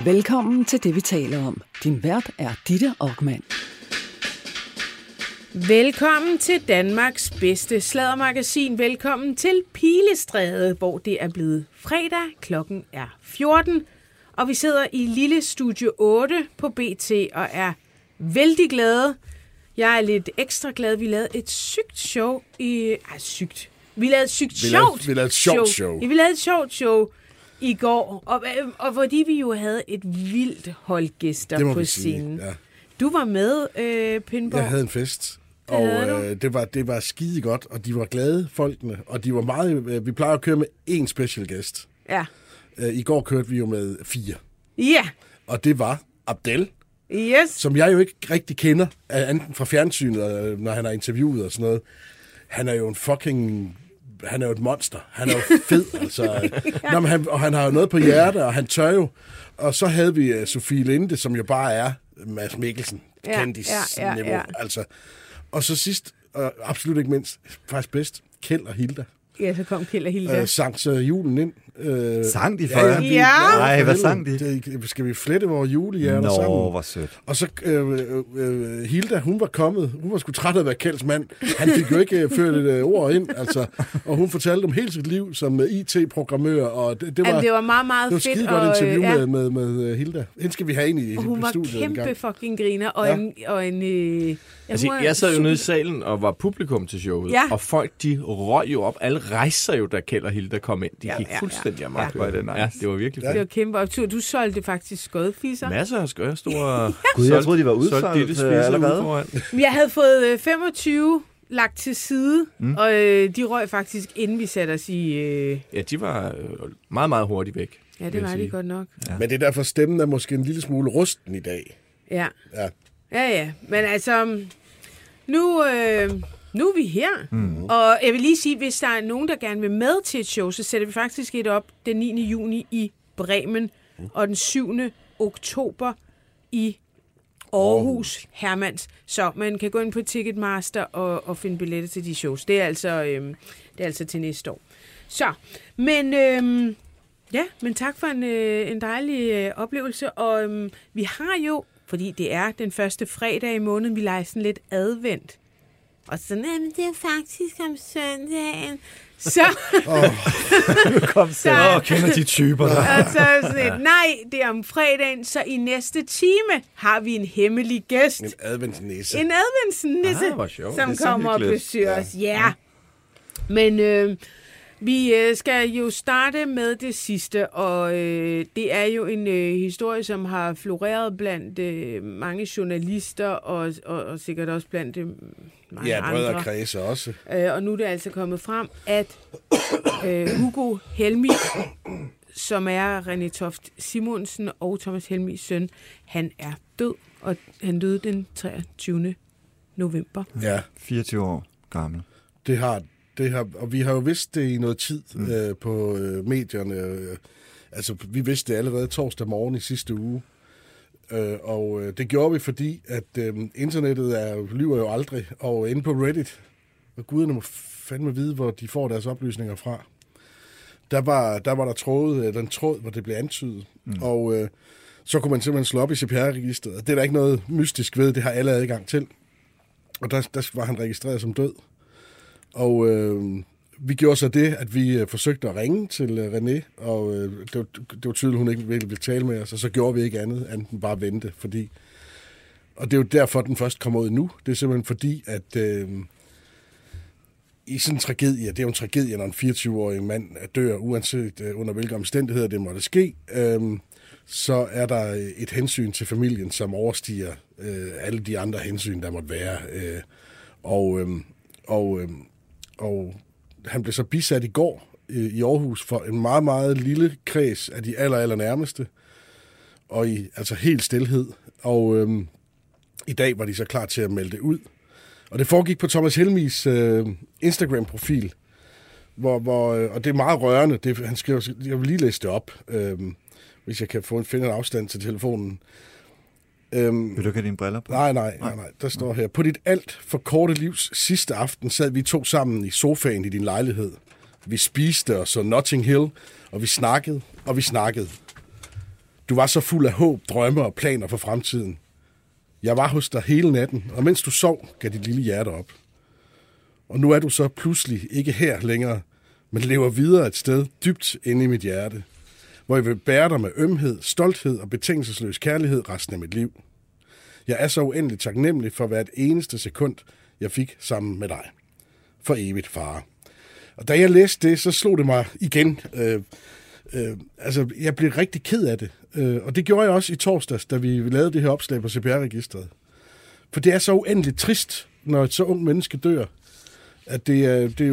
Velkommen til det, vi taler om. Din vært er Ditte Okman. Velkommen til Danmarks bedste sladdermagasin. Velkommen til Pilestræde, hvor det er blevet fredag. Klokken er 14, og vi sidder i lille Studio 8 på BT og er vældig glade. Jeg er lidt ekstra glad. Vi lavede et sygt show i... sygt. Vi lavede et sygt sjovt. Vi lavede et sjovt show. Vi lavede et sjovt show i går, og fordi vi jo havde et vildt hold gæster på scenen. Ja. Du var med, Pindborg. Jeg havde en fest, og det var skide godt, og de var glade, folkene, og de var meget... Vi plejer at køre med én special gæst. Ja. I går kørte vi jo med 4. Ja. Og det var Abdel, yes. Som jeg jo ikke rigtig kender, enten fra fjernsynet, når han har interviewet og sådan noget. Han er jo han er jo et monster. Han er jo fed, altså. Ja. Og han har jo noget på hjertet, og han tør jo. Og så havde vi Sofie Linde, som jo bare er Mads Mikkelsen, kendis-niveau. Ja. Altså. Og så sidst, absolut ikke mindst, faktisk bedst, Kjeld og Hilda. Ja, så kom Kjeld og Hilda. Sang så julen ind. Sang de for jer? Ja. Nej, hvad sang de? Skal vi flette vores julehjerter sammen? Nå, hvor sødt. Og så Hilda, hun var kommet. Hun var sgu træt af at være Kjelds mand. Han fik jo ikke ført et ord ind, altså. Og hun fortalte om hele sit liv som IT-programmør, og det var meget, meget fedt. Det var skide godt interview med Hilda. Hende skal vi have ind i studiet. Hun var kæmpe fucking griner, og en jeg sad jo nede i salen og var publikum til showet, og folk, de røg jo op. Alle rejser jo, da Kjeld og Hilda kom ind. De gik fuldstændig amok. Var det nice? Ja, det var virkelig fedt. Det var kæmpe optur. Du solgte faktisk skødfisser. Masser af skød, store... Gud, jeg troede, de var udsolgt allerede. Jeg havde fået 25 lagt til side, og de røg faktisk, inden vi satte os i... Ja, de var meget, meget hurtigt væk. Ja, det var de godt nok. Ja. Men det er derfor, stemmen er måske en lille smule rusten i dag. Ja. Men altså, nu er vi her. Og jeg vil lige sige, hvis der er nogen, der gerne vil med til et show, så sætter vi faktisk et op den 9. juni i Bremen, og den 7. oktober i Aarhus, Hermans. Så man kan gå ind på Ticketmaster og finde billetter til de shows. Det er altså til næste år. Så, men tak for en dejlig oplevelse. Og vi har jo, fordi det er den første fredag i måneden, vi leger sådan lidt advent. Og sådan, det er faktisk om søndagen. Så... kender de typer der. Og så sådan, nej, det er om fredagen, så i næste time har vi en hemmelig gæst. En adventsnisse. Som kommer og besøger os. Ja. Men vi skal jo starte med det sidste, og det er jo en historie, som har floreret blandt mange journalister, og sikkert også blandt mange andre. Ja, brødrekredse også. Og nu er det altså kommet frem, at Hugo Helmig, som er René Toft Simonsen og Thomas Helmigs søn, han er død, og han døde den 23. november. Ja. 24 år gammel. Det har, og vi har jo vidst det i noget tid på medierne. Altså, vi vidste det allerede torsdag morgen i sidste uge. Og det gjorde vi, fordi at internettet lyver jo aldrig. Og inde på Reddit, og guderne må fandme vide, hvor de får deres oplysninger fra. Der var der en tråd, hvor det blev antydet. Og så kunne man simpelthen slå op i CPR-registeret. Det er der ikke noget mystisk ved, det har alle adgang til. Og der var han registreret som død. Og vi gjorde så det, at vi forsøgte at ringe til René, og det var tydeligt, hun ikke ville tale med os, og så gjorde vi ikke andet end bare vente, fordi... Og det er jo derfor, den først kommer ud nu. Det er simpelthen fordi, at i sådan en tragedie, det er jo en tragedie, når en 24-årig mand dør, uanset under hvilke omstændigheder det måtte ske, så er der et hensyn til familien, som overstiger alle de andre hensyn, der måtte være. Og han blev så bisat i går i Aarhus for en meget, meget lille kreds af de aller nærmeste, og altså helt stilhed. Og i dag var de så klar til at melde det ud. Og det foregik på Thomas Helmigs Instagram-profil, og det er meget rørende. Han skriver, jeg vil lige læse det op, hvis jeg kan finde en afstand til telefonen. Vil du have dine briller på? Nej. Der står her. På dit alt for korte livs sidste aften sad vi to sammen i sofaen i din lejlighed. Vi spiste og så Notting Hill, og vi snakkede. Du var så fuld af håb, drømme og planer for fremtiden. Jeg var hos dig hele natten, og mens du sov, gav dit lille hjerte op. Og nu er du så pludselig ikke her længere, men lever videre et sted dybt inde i mit hjerte, hvor jeg vil bære dig med ømhed, stolthed og betingelsesløs kærlighed resten af mit liv. Jeg er så uendelig taknemmelig for hvert eneste sekund, jeg fik sammen med dig. For evigt, far. Og da jeg læste det, så slog det mig igen. Jeg blev rigtig ked af det. Og det gjorde jeg også i torsdags, da vi lavede det her opslag på CPR-registret. For det er så uendeligt trist, når et så ung menneske dør, at det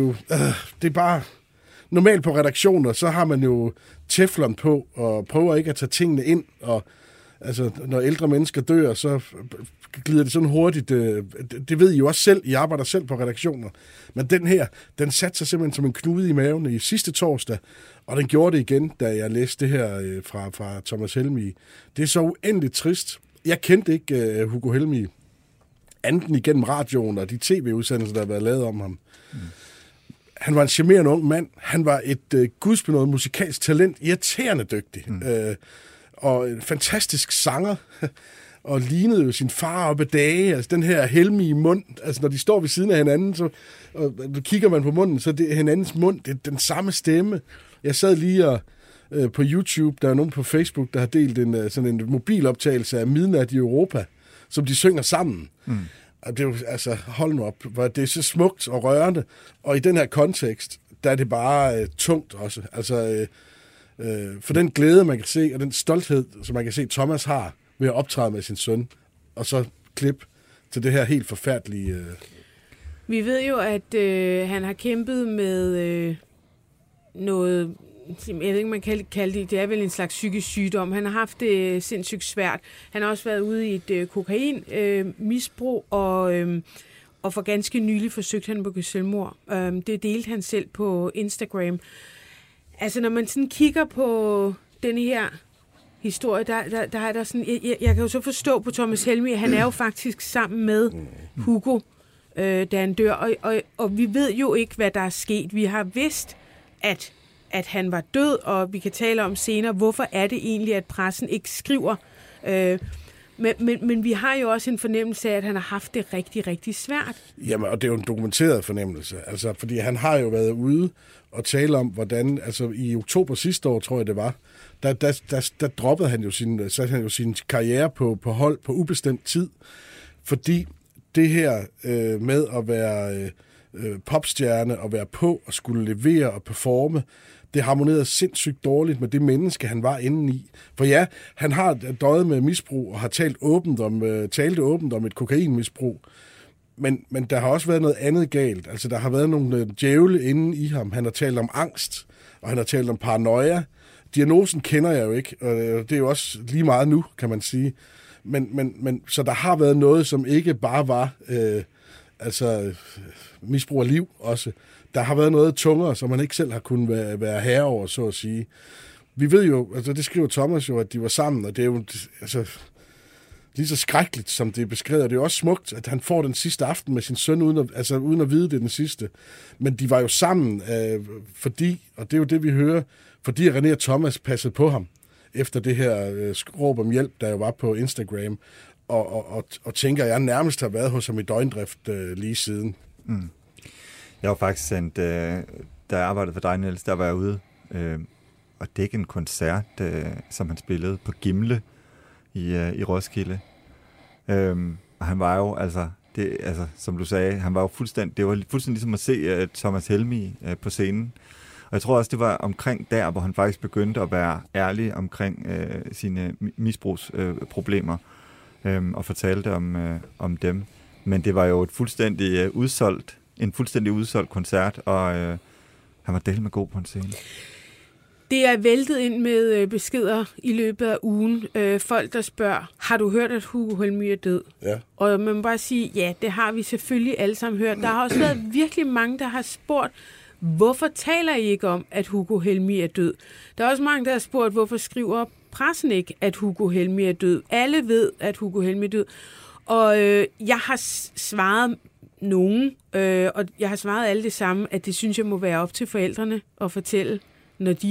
er bare... Normalt på redaktioner, så har man jo teflon på, og prøver ikke at tage tingene ind, og altså, når ældre mennesker dør, så glider det sådan hurtigt. Det ved I jo også selv. I arbejder selv på redaktioner. Men den her, den satte sig simpelthen som en knude i maven i sidste torsdag, og den gjorde det igen, da jeg læste det her fra Thomas Helmig. Det er så uendeligt trist. Jeg kendte ikke Hugo Helmig anden igennem radioen og de tv-udsendelser, der har været lavet om ham. Han var en charmerende ung mand. Han var et gudsbenået musikalsk talent, irriterende dygtig. Og en fantastisk sanger, og lignede jo sin far op ad dage. Altså den her helmige mund, altså når de står ved siden af hinanden, så kigger man på munden, så det er hinandens mund, det er den samme stemme. Jeg sad lige på YouTube, der er nogen på Facebook, der har delt sådan en mobiloptagelse af Midnat i Europa, som de synger sammen. Og det er jo, altså, hold nu op, hvor det er så smukt og rørende, og i den her kontekst, der er det bare tungt også. Altså, for den glæde, man kan se, og den stolthed, som man kan se, Thomas har ved at optræde med sin søn, og så klip til det her helt forfærdelige... Vi ved jo, at han har kæmpet med noget... Jeg ved ikke, man kan kalde det. Det er vel en slags psykisk sygdom. Han har haft det sindssygt svært. Han har også været ude i et kokainmisbrug, og for ganske nylig forsøgte han på selvmord. Det delte han selv på Instagram. Altså, når man sådan kigger på denne her historie, der er der sådan... Jeg kan jo så forstå på Thomas Helmig, at han er jo faktisk sammen med Hugo, da han dør. Og vi ved jo ikke, hvad der er sket. Vi har vidst, at han var død, og vi kan tale om senere, hvorfor er det egentlig, at pressen ikke skriver. Men vi har jo også en fornemmelse af, at han har haft det rigtig, rigtig svært. Jamen, og det er jo en dokumenteret fornemmelse, altså, fordi han har jo været ude og tale om, hvordan, altså i oktober sidste år, tror jeg det var, der droppede han jo sin karriere på hold på ubestemt tid, fordi det her med at være popstjerne og være på og skulle levere og performe, det harmonerede sindssygt dårligt med det menneske, han var inde i. For ja, han har døjet med misbrug og har talt åbent om et kokainmisbrug, men der har også været noget andet galt. Altså, der har været nogle djævle inde i ham. Han har talt om angst, og han har talt om paranoia. Diagnosen kender jeg jo ikke, og det er jo også lige meget nu, kan man sige. Men så der har været noget, som ikke bare var misbrug af liv også. Der har været noget tungere, som man ikke selv har kunnet være herre over, så at sige. Vi ved jo, altså det skriver Thomas jo, at de var sammen, og det er jo altså, lige så skrækkeligt, som det er beskrevet. Og det er jo også smukt, at han får den sidste aften med sin søn, uden at vide det den sidste. Men de var jo sammen, fordi, og det er jo det, vi hører, fordi René og Thomas passede på ham, efter det her råb om hjælp, der jo var på Instagram, og tænker, at jeg nærmest har været hos ham i døgndrift lige siden. Jeg var faktisk sendt, da jeg arbejdede for dig, Niels, der var jeg ude og dække en koncert, som han spillede på Gimle i Roskilde. Og han var jo, som du sagde, det var fuldstændig ligesom at se Thomas Helmig på scenen. Og jeg tror også, det var omkring der, hvor han faktisk begyndte at være ærlig omkring sine misbrugsproblemer og fortalte om dem. Men det var jo en fuldstændig udsolgt koncert, og han var delt med god på en scene. Det er væltet ind med beskeder i løbet af ugen. Folk, der spørger, har du hørt, at Hugo Helmig er død? Ja. Og man må bare sige, ja, det har vi selvfølgelig alle sammen hørt. Der har også været virkelig mange, der har spurgt, hvorfor taler I ikke om, at Hugo Helmig er død? Der er også mange, der har spurgt, hvorfor skriver pressen ikke, at Hugo Helmig er død? Alle ved, at Hugo Helmig er død. Og jeg har svaret nogen, og jeg har svaret alle det samme, at det synes jeg må være op til forældrene at fortælle, når de er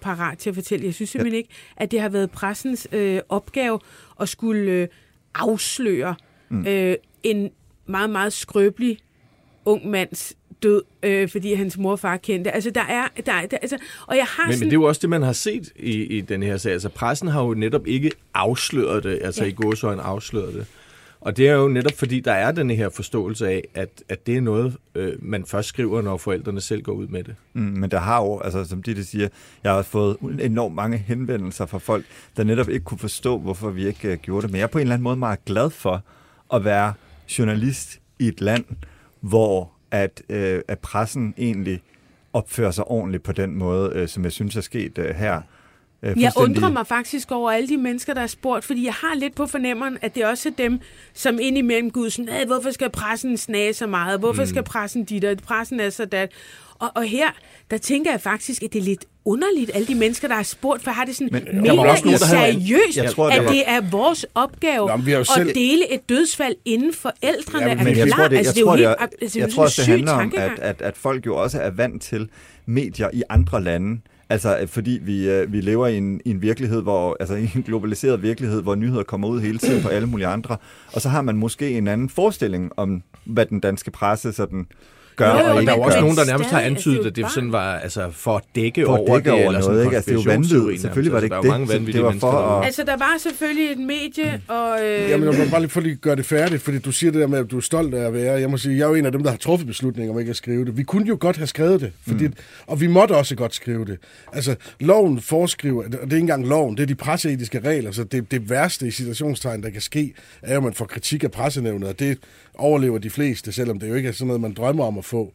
parat til at fortælle. Jeg synes simpelthen ikke, at det har været pressens opgave at skulle afsløre en meget, meget skrøbelig ung mands død, fordi hans mor og far kendte. Altså, og jeg har men det er jo også det, man har set i den her sag. Altså, pressen har jo netop ikke afsløret det, altså i gåseøjne afsløret det. Og det er jo netop, fordi der er den her forståelse af, at det er noget, man først skriver, når forældrene selv går ud med det. Men der har jo, altså som de siger, jeg har fået enormt mange henvendelser fra folk, der netop ikke kunne forstå, hvorfor vi ikke gjorde det. Men jeg er på en eller anden måde meget glad for at være journalist i et land, hvor at pressen egentlig opfører sig ordentligt på den måde, som jeg synes er sket her. Jeg undrer mig faktisk over alle de mennesker, der er spurgt, fordi jeg har lidt på fornemmeren, at det også er dem, som indimellem går ud sådan, hvorfor skal pressen snage så meget? Hvorfor skal pressen dit, og pressen er så dat? Og her, der tænker jeg faktisk, at det er lidt underligt, alle de mennesker, der er spurgt, for har det sådan mere seriøst, at det er vores opgave at dele et dødsfald inden forældrene. Jeg tror også, det handler om, at folk jo også er vant til medier i andre lande. Altså, fordi vi lever i en virkelighed, i en globaliseret virkelighed, hvor nyheder kommer ud hele tiden på alle mulige andre. Og så har man måske en anden forestilling om, hvad den danske presse sådan gør. Og der er jo også nogen, der nærmest har antydet, at det sådan var for at dække over det, eller sådan noget, ikke? Altså, det er jo vanvittigt. Selvfølgelig var det ikke det. Var for at... Altså, der var selvfølgelig et medie, og... Jamen, jeg må bare lige for at gøre det færdigt, fordi du siger det der med, at du er stolt af at være. Jeg må sige, jeg er jo en af dem, der har truffet beslutninger om ikke at skrive det. Vi kunne jo godt have skrevet det, fordi, og vi måtte også godt skrive det. Altså, loven foreskriver, og det er ikke engang loven, det er de presseetiske regler, så det værste i situationstegn, der kan ske, er jo, at man får kritik af pressenævnet, og det overlever de fleste, selvom det jo ikke er sådan noget, man drømmer om at få.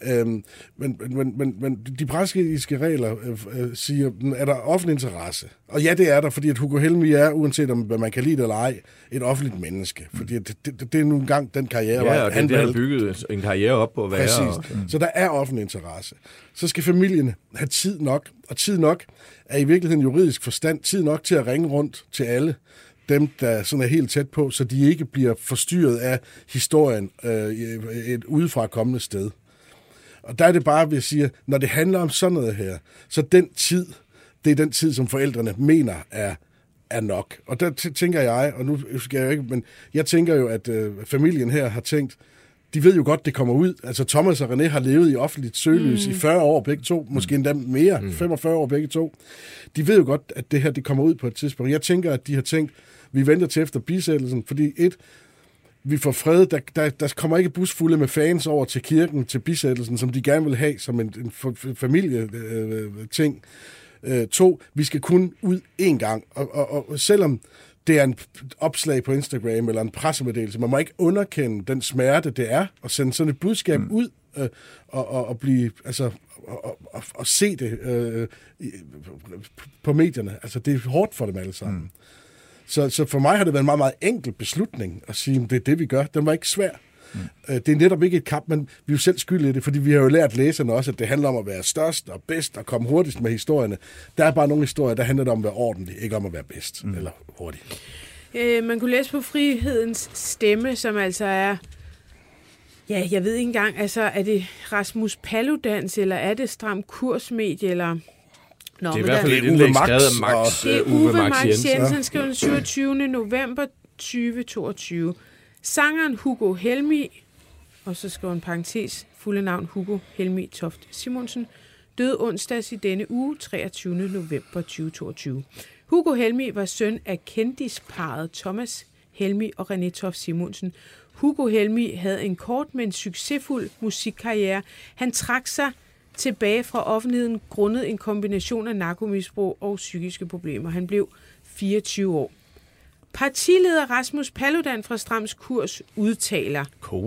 Men de presseetiske regler siger, er der offentlig interesse? Og ja, det er der, fordi at Hugo Helmig er, uanset om hvad man kan lide det eller ej, et offentligt menneske. Fordi det er nu engang den karriere, ja, og han har bygget en karriere op på at være. Præcis. Så der er offentlig interesse. Så skal familien have tid nok, og tid nok er i virkeligheden juridisk forstand tid nok til at ringe rundt til alle dem, der sådan er helt tæt på, så de ikke bliver forstyrret af historien et udefra kommende sted. Og der er det bare, vi siger, når det handler om sådan noget her, så den tid, det er den tid, som forældrene mener er nok. Og der tænker jeg, og nu skal jeg jo ikke, men jeg tænker jo, at familien her har tænkt, de ved jo godt, det kommer ud. Altså Thomas og René har levet i offentligt søgelys i 40 år begge to, måske endda mere, 45 år begge to. De ved jo godt, at det her det kommer ud på et tidspunkt. Jeg tænker, at de har tænkt, vi venter til efter bisættelsen, fordi vi får fred, der kommer ikke busfulde med fans over til kirken, til bisættelsen, som de gerne vil have som en familieting. 2, vi skal kun ud én gang, og selvom det er en opslag på Instagram eller en pressemeddelelse, man må ikke underkende den smerte, det er, at sende sådan et budskab ud, og blive, altså, og se det på medierne. Altså, det er hårdt for dem alle sammen. Så for mig har det været en meget, meget enkel beslutning at sige, at det er det, vi gør. Den var ikke svær. Det er netop ikke et kamp, men vi er jo selv skyldige i det, fordi vi har jo lært læserne også, at det handler om at være størst og bedst og komme hurtigst med historierne. Der er bare nogle historier, der handler om at være ordentlig, ikke om at være bedst eller hurtig. Man kunne læse på Frihedens Stemme, som altså er... Ja, jeg ved ikke engang, altså er det Rasmus Paludans, eller er det Stram Kursmedie, eller... Nå, det er i hvert fald et indlæg skrevet af Max. Det er Uwe Max Jensen. Han skrev den 27. november 2022. Sangeren Hugo Helmig, og så skriver en parentes, fulde navn Hugo Helmig Toft Simonsen, døde onsdags i denne uge, 23. november 2022. Hugo Helmig var søn af kendisparret Thomas Helmig og René Toft Simonsen. Hugo Helmig havde en kort, men succesfuld musikkarriere. Han trak sig tilbage fra offentligheden grundet en kombination af narkomisbrug og psykiske problemer. Han blev 24 år. Partileder Rasmus Paludan fra Strams Kurs udtaler: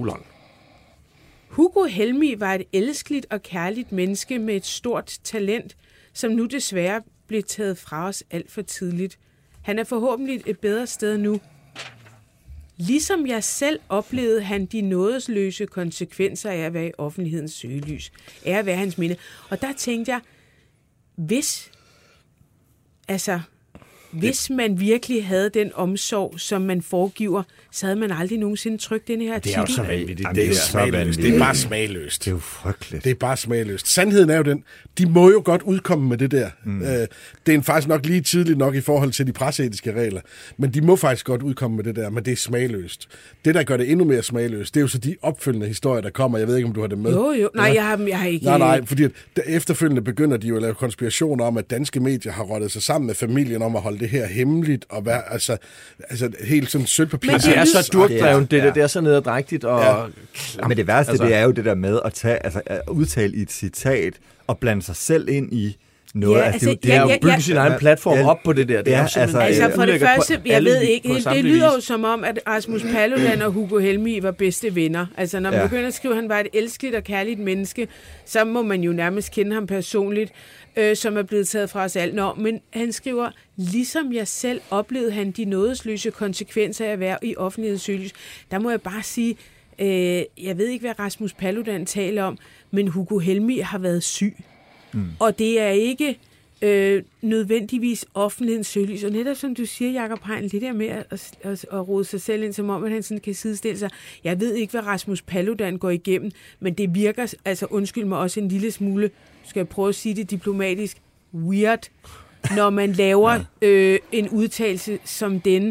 Hugo Helmig var et elskeligt og kærligt menneske med et stort talent, som nu desværre blev taget fra os alt for tidligt. Han er forhåbentlig et bedre sted nu. Ligesom jeg selv oplevede han de nådesløse konsekvenser af at være i offentlighedens søgelys. Af at være hans minde. Og der tænkte jeg, hvis man virkelig havde den omsorg, som man foregiver, så havde man aldrig nogensinde trykt den her artikel. Det er jo så vanvittigt. Det er smagløst. Det er bare smagløst. Det er jo frygteligt. Det er bare smagløst. Sandheden er jo den, de må jo godt udkomme med det der. Det er faktisk nok lige tidligt nok i forhold til de presseetiske regler, men de må faktisk godt udkomme med det der, men det er smagløst. Det, der gør det endnu mere smagløst, det er jo så de opfølgende historier, der kommer. Jeg ved ikke, om du har det med. Jo. Nej, jeg har ikke... Nej, fordi efterfølgende begynder de jo at lave konspirationer om, at danske medier har rottet sig sammen med familien om at holde det her hemmeligt, og være, altså helt sådan sølvpapir. Men det er så durkdrevet, det er så nederdrægtigt og... Ja. Men det værste, det er jo det der med at tage, at udtale i et citat og blande sig selv ind i noget. Det er jo at bygge sin egen platform op på det der. Det er altså for det første, jeg ved ikke, det lyder jo som om, at Rasmus Paludan og Hugo Helmig var bedste venner. Altså når man begynder at skrive, at han var et elskeligt og kærligt menneske, så må man jo nærmest kende ham personligt, som er blevet taget fra os alt. Men han skriver, ligesom jeg selv oplevede han de nådesløse konsekvenser af at være i offentlighedens søgelys. Der må jeg bare sige, jeg ved ikke, hvad Rasmus Paludan taler om, men Hugo Helmig har været syg. Og det er ikke nødvendigvis offentlighedens søgelys. Og netop som du siger, Jacob Hein, det der med at rode sig selv ind, som om at han sådan kan sidestille sig. Jeg ved ikke, hvad Rasmus Paludan går igennem, men det virker, altså undskyld mig, også en lille smule, skal jeg prøve at sige det diplomatisk, weird, når man laver en udtalelse som denne,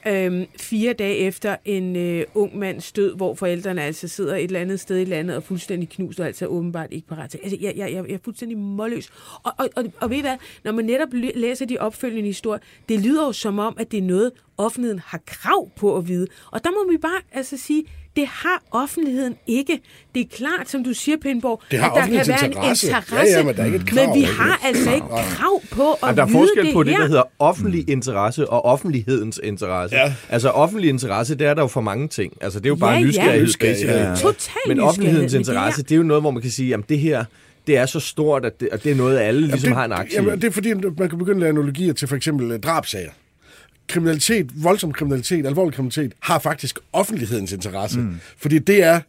4 dage efter en ung mands død, hvor forældrene altså sidder et eller andet sted i landet og fuldstændig knust og altså åbenbart ikke parat til. Altså, jeg er fuldstændig målløs. Og ved I hvad? Når man netop læser de opfølgende historier, det lyder jo som om, at det er noget, offentligheden har krav på at vide. Og der må vi bare altså sige, det har offentligheden ikke. Det er klart, som du siger, Pindborg, at der kan være en interesse, men der er ikke et krav, men vi har altså ikke krav på at vide det her. Der er forskel på det, der hedder offentlig interesse og offentlighedens interesse. Ja. Altså offentlig interesse, det er der jo for mange ting. Altså det er jo bare nysgerrighed. Total men offentlighedens interesse, det er jo noget, hvor man kan sige, at det her, det er så stort, at det er noget, alle ligesom har en aktie. Jamen, det er fordi, man kan begynde at lave analogier til for eksempel drabsager. Kriminalitet, voldsom kriminalitet, alvorlig kriminalitet, har faktisk offentlighedens interesse. Fordi det er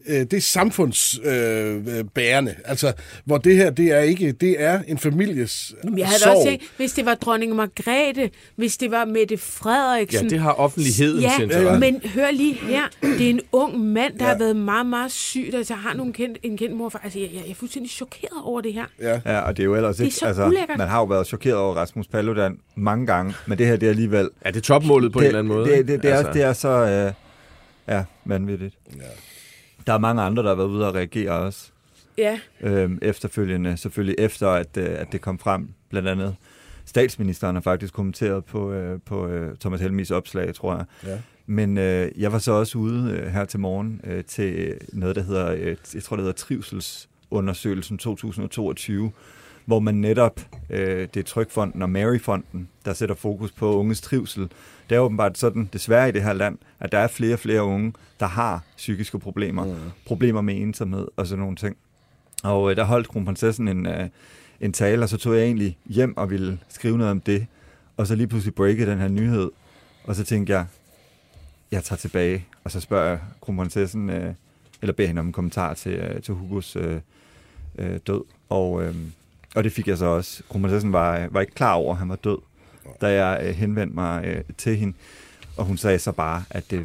samfundsbærende. Altså, hvor det her, det er en families jeg havde sorg. også tænkt, hvis det var dronning Margrethe, hvis det var Mette Frederiksen. Ja, det har offentlighedens interesse. Ja, men hør lige her. Det er en ung mand, der har været meget, meget syg, der har en kendt morfar. Altså, jeg er fuldstændig chokeret over det her. Ja, og det er jo ellers ikke... Altså, man har jo været chokeret over Rasmus Paludan mange gange, men det her, det er alligevel... Ja, det topmålet på en eller anden måde. Det er så vanvittigt. Ja. Der er mange andre, der har været ude og reagere også. Ja. Efterfølgende, selvfølgelig efter, at det kom frem. Blandt andet statsministeren har faktisk kommenteret på Thomas Helmigs opslag, tror jeg. Ja. Men jeg var så også ude her til morgen til noget, der hedder, jeg tror, det hedder Trivselsundersøgelsen 2022, hvor man netop, det er Trygfonden og Maryfonden, der sætter fokus på unges trivsel. Det er åbenbart sådan, desværre i det her land, at der er flere og flere unge, der har psykiske problemer. Problemer med ensomhed og sådan nogle ting. Og der holdt kronprinsessen en tale, og så tog jeg egentlig hjem og ville skrive noget om det. Og så lige pludselig breakede den her nyhed. Og så tænkte jeg tager tilbage. Og så spørger jeg kronprinsessen, eller beder hende om en kommentar til Hugos død. Og det fik jeg så også. Kronprinsessen var ikke klar over, at han var død, da jeg henvendte mig til hende. Og hun sagde så bare, at det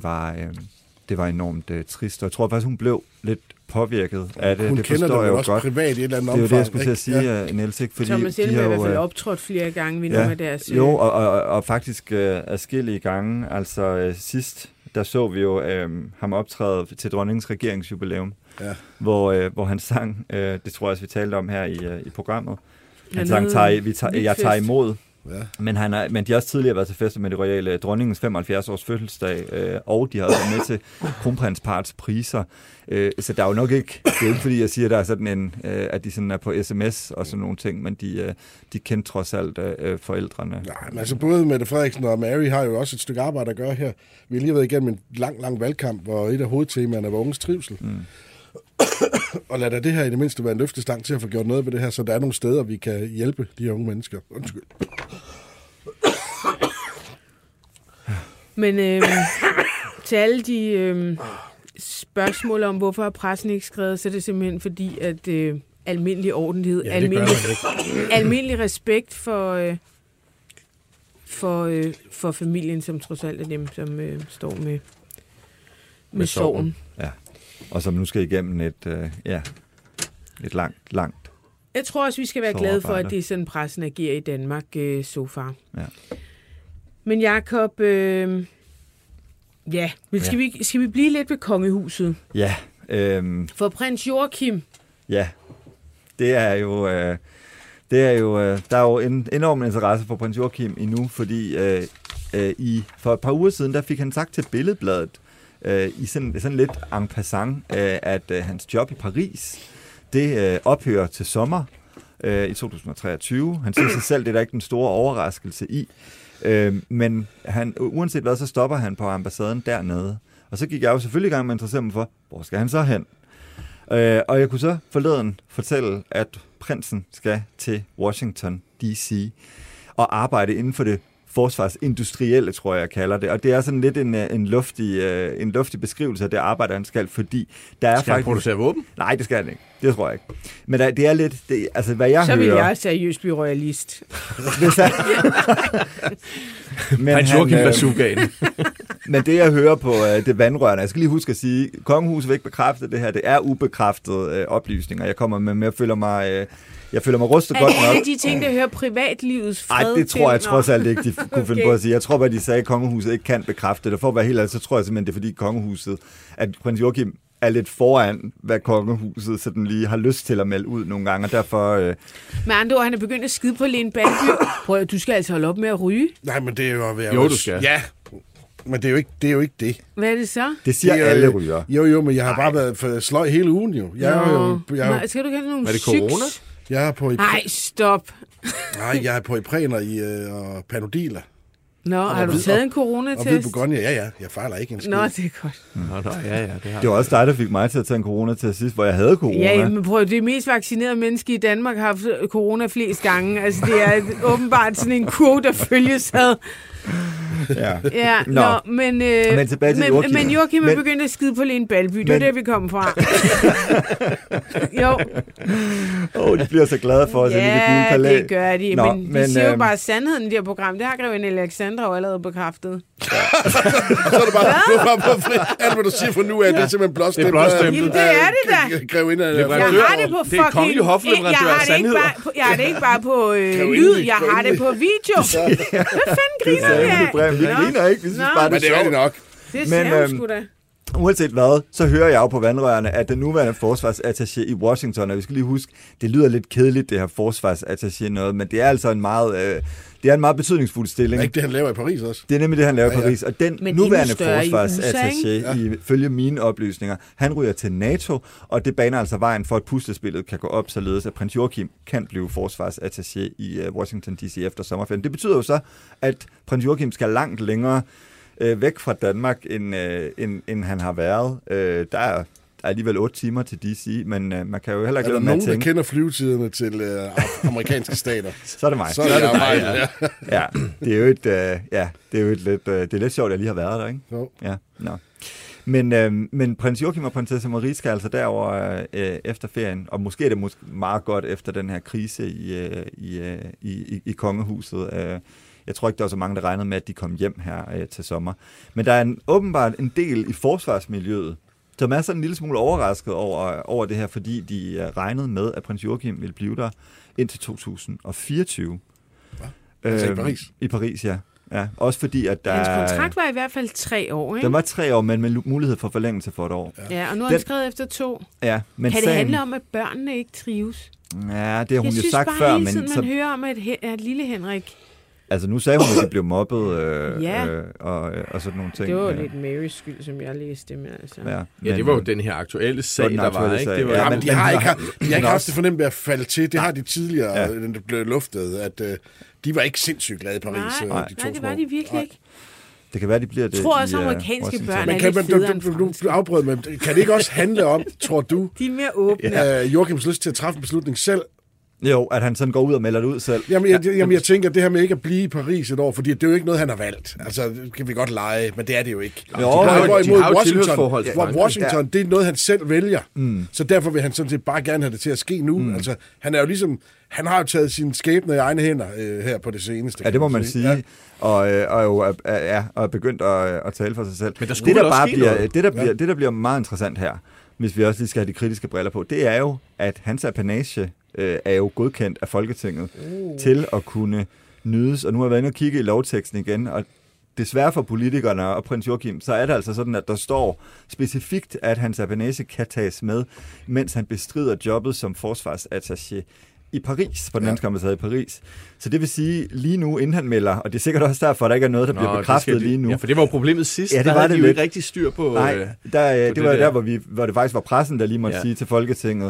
var enormt trist. Og jeg tror faktisk, hun blev lidt påvirket af det. Hun det kender det jo også godt. Privat i et eller andet omfang. Det er jo det, jeg skulle til til at sige, Niels. Ikke? Fordi Thomas Helmig har i hvert fald optrådt flere gange ved nogle af deres... Jo, og faktisk adskillige gange. Altså sidst, der så vi jo ham optræde til dronningens regeringsjubilæum, hvor han sang, det tror jeg også, vi talte om her i programmet. Han sang, jeg tager imod. Ja. Men de har også tidligere været til fester med det royale dronningens 75-års fødselsdag, og de har også været med til kronprinsparets priser. Så der er jo nok ikke, det er ikke fordi, jeg siger, der er sådan at de sådan er på sms og sådan nogle ting, men de kendte trods alt forældrene. Nej, men altså både Mette Frederiksen og Mary har jo også et stykke arbejde at gøre her. Vi har lige været igennem en lang valgkamp, hvor et af hovedtemaerne var unges trivsel. Og lad da det her i det mindste være en løftestang til at få gjort noget ved det her, så der er nogle steder, vi kan hjælpe de unge mennesker. Undskyld. Men til alle de spørgsmål om, hvorfor har pressen ikke skrevet, så er det simpelthen fordi, at almindelig ordentlighed, almindelig respekt for familien, som trods alt er dem, som står med sorgen. Ja, og som nu skal igennem et langt. Jeg tror også, vi skal være glade for, at det er sådan, pressen agerer i Danmark so far. Ja. Men Jacob, skal vi blive lidt ved kongehuset? Ja. For prins Joachim. Ja, der er jo en enorm interesse for prins Joachim endnu, fordi for et par uger siden, der fik han sagt til Billedbladet, i sådan lidt en passant, at hans job i Paris, det ophører til sommer i 2023. Han siger sig selv, det er der ikke den store overraskelse i. Men uanset hvad, så stopper han på ambassaden dernede. Og så gik jeg jo selvfølgelig i gang med at interessere mig for, hvor skal han så hen? Og jeg kunne så forleden fortælle, at prinsen skal til Washington D.C. og arbejde inden for det forsvarsindustrielle, tror jeg kalder det. Og det er sådan lidt en luftig beskrivelse af det arbejde, han skal, fordi der er skal han producere våben? Nej, det skal han ikke. Det tror jeg ikke. Men det er lidt, altså hvad jeg hører... Så vil jeg seriøst blive royalist. Prins Joachim bazookaen. Men det, jeg hører på det vandrørende, jeg skal lige huske at sige, kongehuset vil ikke bekræfte det her, det er ubekræftede oplysninger. Jeg kommer med, jeg føler mig rustet godt nok. Er det de ting, der hører privatlivets fred til? Nej, det tror jeg trods alt ikke, de kunne finde på at sige. Jeg tror bare, de sagde, at kongehuset ikke kan bekræfte det. For at være helt ærlig, så tror jeg simpelthen, det er fordi kongehuset, at prins Joachim er lidt foran, hvad kongehuset sådan lige har lyst til at melde ud nogle gange, og derfor... Med andre ord, han er begyndt at skide på Lene Bandby. Prøv at, du skal altså holde op med at ryge. Nej, men det er jo... Jo, du skal. Ja, men det er jo ikke det. Hvad er det så? Det siger alle ryger. Jo, men jeg har bare været for sløj hele ugen jo. Nej, skal du ikke have nogle Er det corona? Jeg er på Nej, stop. Nej, jeg er på Ipræner og Panodila. Nå, har du taget en coronatest? Og ved Bourgogne, ja. Jeg fejler ikke en skid. Nå, det er godt. Nå, ja, det har det var også dig, der fik mig til at tage en coronatest sidst, hvor jeg havde corona. Ja, men prøv, det mest vaccinerede menneske i Danmark har haft corona flest gange. Altså, det er åbenbart sådan en kurve, der følges ad. Ja, men tilbage til Joachim. Men Joachim er begyndt at skide på Lene Balby. Det er der, vi kommer fra. Jo. De bliver så glade for os i det gule palæ. Ja, det gør de. Men de siger jo bare sandheden i det her program. Det har grevinde Alexandra jo allerede bekræftet. Så er det bare på fri. Alt, hvad du siger for nu, er det simpelthen blåstemplet. Det er blåstemplet. Jamen, det er det da. Grevinde jeg har det på fucking... Det er kongelig hofleverandør af sandheder. Jeg har det ikke bare på lyd. Jeg har det på video. Hvad fanden griner vi af? Vi griner ikke, vi synes bare, det er sjovt. nok. Det ser sgu da. Uanset hvad, så hører jeg jo på vandrørene, at den nuværende forsvarsattaché i Washington, og vi skal lige huske, det lyder lidt kedeligt, det her forsvarsattaché noget, men det er altså en meget betydningsfuld stilling. Er ikke det, han laver i Paris også? Det er nemlig det, han laver i Paris. Og den nuværende forsvarsattaché, ifølge mine oplysninger, han ryger til NATO, og det baner altså vejen for, at puslespillet kan gå op, således at prins Joachim kan blive forsvarsattaché i Washington D.C. efter sommerferien. Det betyder jo så, at prins Joachim skal langt længere væk fra Danmark, end han har været. Der er alligevel 8 timer til DC, men man kan jo heller ikke lade med at tænke. Er der nogen, der kender flyvetiderne til amerikanske stater? Så er det mig. Så er det mig, ja. Det er jo det er lidt sjovt, at jeg lige har været der, ikke? Jo. Ja, no. Men prins Joachim og prinsesse Marie skal altså derover efter ferien, og måske er det meget godt efter den her krise i kongehuset. Jeg tror ikke, der var så mange, der regnede med, at de kom hjem her til sommer. Men der er åbenbart en del i forsvarsmiljøet, som er sådan en lille smule overrasket over det her, fordi de regnede med, at prins Joachim ville blive der indtil 2024. Altså i Paris? I Paris, ja. Ja, også fordi, at der... Hans kontrakt var i hvert fald 3 år, ikke? Den var 3 år, men med mulighed for forlængelse for 1 år. Ja, og nu har han skrevet efter 2. Ja, men kan det handle om, at børnene ikke trives? Ja, det har hun jo sagt før, men... Jeg synes bare man hører om, at lille Henrik... Altså, nu sagde hun, at de blev mobbet og sådan nogle ting. Det var lidt Marys skyld, som jeg læste. Men altså. Ja, det var jo den her aktuelle sag, der var, ikke? Det var, men de har ikke haft det fornemt at falde til. Det har de tidligere, det blev luftet, at de var ikke sindssygt glade i Paris. Nej, det var de virkelig ikke. Det kan være, de bliver det. Jeg tror også, amerikanske børn er lidt federe end fransk. Du afbrød med, kan det ikke også handle om, tror du, de er mere åbne. Joachims lyst til at træffe en beslutning selv, Jo, at han sådan går ud og melder det ud selv. Jamen, jeg tænker, det her med ikke at blive i Paris et år, fordi det er jo ikke noget, han har valgt. Altså, det kan vi godt lege, men det er det jo ikke. Washington, det er noget, han selv vælger. Så derfor vil han sådan set bare gerne have det til at ske nu. Altså, han er jo ligesom... Han har jo taget sine skæbner i egne hænder her på det seneste. Ja, det må man sige. Ja. Og er begyndt at tale for sig selv. Men der der bliver meget interessant her, hvis vi også lige skal have de kritiske briller på, det er jo, at hans apanage er jo godkendt af Folketinget til at kunne nydes. Og nu har jeg været inde og kigge i lovteksten igen, og desværre for politikerne og prins Joachim, så er det altså sådan, at der står specifikt, at hans apanage kan tages med, mens han bestrider jobbet som forsvarsattaché i Paris, på den danske ambassade i Paris. Så det vil sige, lige nu, inden han melder, og det er sikkert også derfor, at der ikke er noget, der bliver bekræftet lige nu. Ja, for det var jo problemet sidst, ja, det der var havde det de jo lidt. ikke rigtig styr på... Nej, det var der, hvor det faktisk var pressen, der lige måtte sige til Folketinget,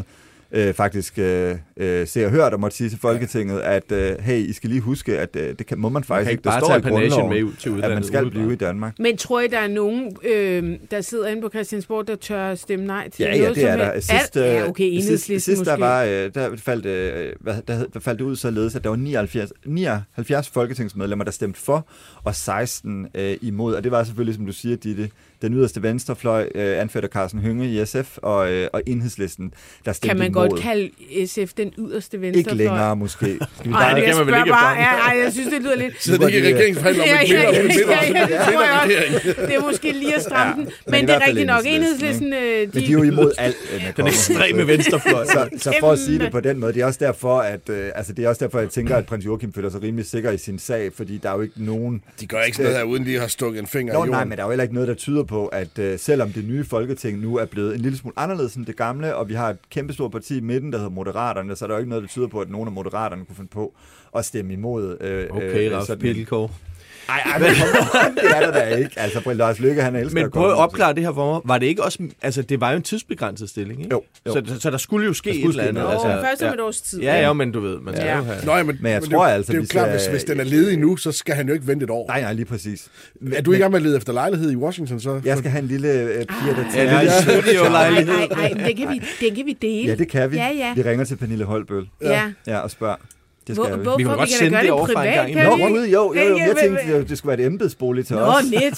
Se og Hør, der måtte sige til Folketinget, at hey, I skal lige huske, at det må man faktisk ikke. Der står i grundloven, at man skal blive i Danmark. Men tror I, der er nogen, der sidder inde på Christiansborg, der tør stemme nej til noget? Ja, det er der. Sidst der var, der faldt det ud således, at der var 79 folketingsmedlemmer, der stemte for, og 16 imod. Og det var selvfølgelig, som du siger, Ditte, den yderste venstrefløj, anført af Karsten Hønge i SF, og Enhedslisten, der stemte imod. Kan man godt kalde SF den yderste venstrefløj? Ikke længere, måske. Nej, det kan man vel ikke bare. Jeg synes, det lyder lidt... Så det ikke regeringsforhandler om det er måske lige at stramme den, men det er rigtigt nok. Enhedslisten... Men de er jo imod alt. Den ekstreme venstrefløj. Så for at sige det på den måde, det er også derfor, at jeg tænker, at prins Joachim føler sig rimelig sikker i sin sag, fordi der er jo ikke nogen... De gør ikke sådan noget her, uden de har stukket en finger i jorden. Nej, men der er jo heller ikke noget, der tyder på, at selvom det nye Folketing nu er blevet en lille smule anderledes end det gamle, og vi har et kæmpestort parti i midten, der hedder Moderaterne, så er der jo ikke noget, der tyder på, at nogen af Moderaterne kunne finde på at stemme imod. Okay, Lars Pilgaard. Nej, det er der da ikke. Altså, Lars Løkke, han elsker men prøv at opklare det her for mig. Var det ikke også... Altså, det var jo en tidsbegrænset stilling, ikke? Jo. Så der skulle jo ske et eller andet. Først om et års tid. Ja, men du ved, man skal jo have... Nå, men jeg tror altså... Det er jo klart, hvis den er ledig nu, så skal han jo ikke vente et år. Nej, lige præcis. Er du i gang med at lede efter lejlighed i Washington, så? Jeg skal have en lille piger, der tager... Ja, det er jo lejlighed. Nej, det kan vi dele. Ja, det kan vi. Ja. Vi ringer til Pernille Holbøl. Ja, og spørger. Det skal vi kan godt sende det over fra en gang. Jo, jeg tænkte, det skulle være et embedsbolig til os. Jeg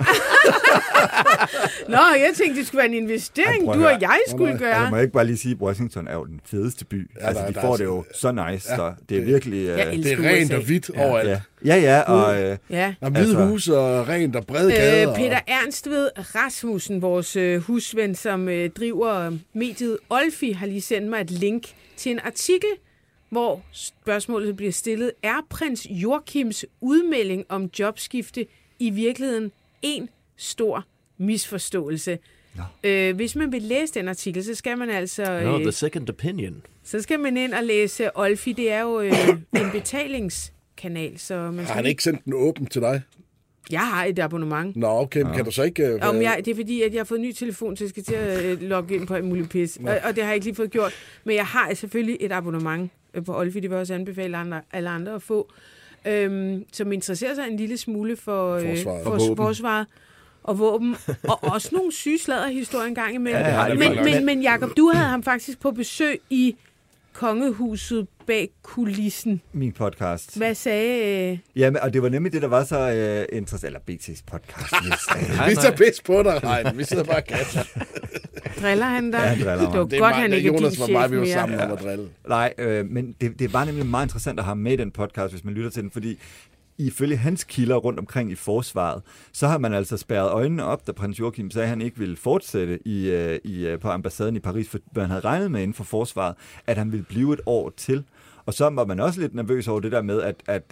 tænkte, det skulle være en investering, du og jeg skulle gøre. Jeg må ikke bare lige sige, at Washington er jo den fedeste by. Altså, de får det jo så nice, så det er virkelig... Det er rent og hvidt overalt. Ja, og hvide hus og rent og brede gader. Peter Ernstved Rasmussen, vores husven, som driver mediet Olfi, har lige sendt mig et link til en artikel, hvor spørgsmålet bliver stillet, er prins Joachims udmelding om jobskifte i virkeligheden en stor misforståelse? Hvis man vil læse den artikel, så skal man altså... the second opinion. Så skal man ind og læse Olfi. Det er jo en betalingskanal. Så man skal... Har han ikke sendt den åben til dig? Jeg har et abonnement. Nå, okay, men kan du så ikke... Det er fordi, at jeg har fået en ny telefon, så jeg skal til at logge ind på en mulig pis. Og det har jeg ikke lige fået gjort. Men jeg har selvfølgelig et abonnement på Olfi. Det vil også anbefale alle andre at få. Som interesserer sig en lille smule for forsvaret og våben. Og også nogle syge sladderhistorier engang imellem. Men Jacob, du havde ham faktisk på besøg i kongehuset bag kulissen. Min podcast. Hvad sagde... Jamen, og det var nemlig det, der var så interessant. Eller BT's podcast. Vi tager pis på dig, Rein. Vi sidder bare og kasser. Driller han der? Ja, han driller mig. Det var godt, han ikke er din chef mere. Vi var sammen om at drille. Nej, men det var nemlig meget interessant at have med i den podcast, hvis man lytter til den, fordi ifølge hans kilder rundt omkring i forsvaret, så har man altså spærret øjnene op, da prins Joachim sagde, at han ikke ville fortsætte på ambassaden i Paris, for man havde regnet med inden for forsvaret, at han ville blive et år til. Og så var man også lidt nervøs over det der med,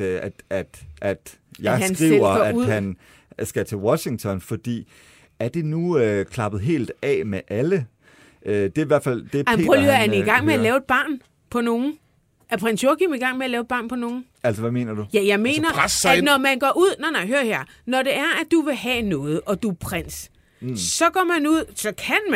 at jeg skriver, at han skal til Washington, fordi er det nu klappet helt af med alle? Det er i hvert fald det, Peter... Prøv lige, er han i gang med at lave et barn på nogen? Er prins Joachim i gang med at lave et barn på nogen? Altså, hvad mener du? Ja, jeg mener, at når man går ud... Nej, hør her. Når det er, at du vil have noget, og du er prins, så går man ud, så kan man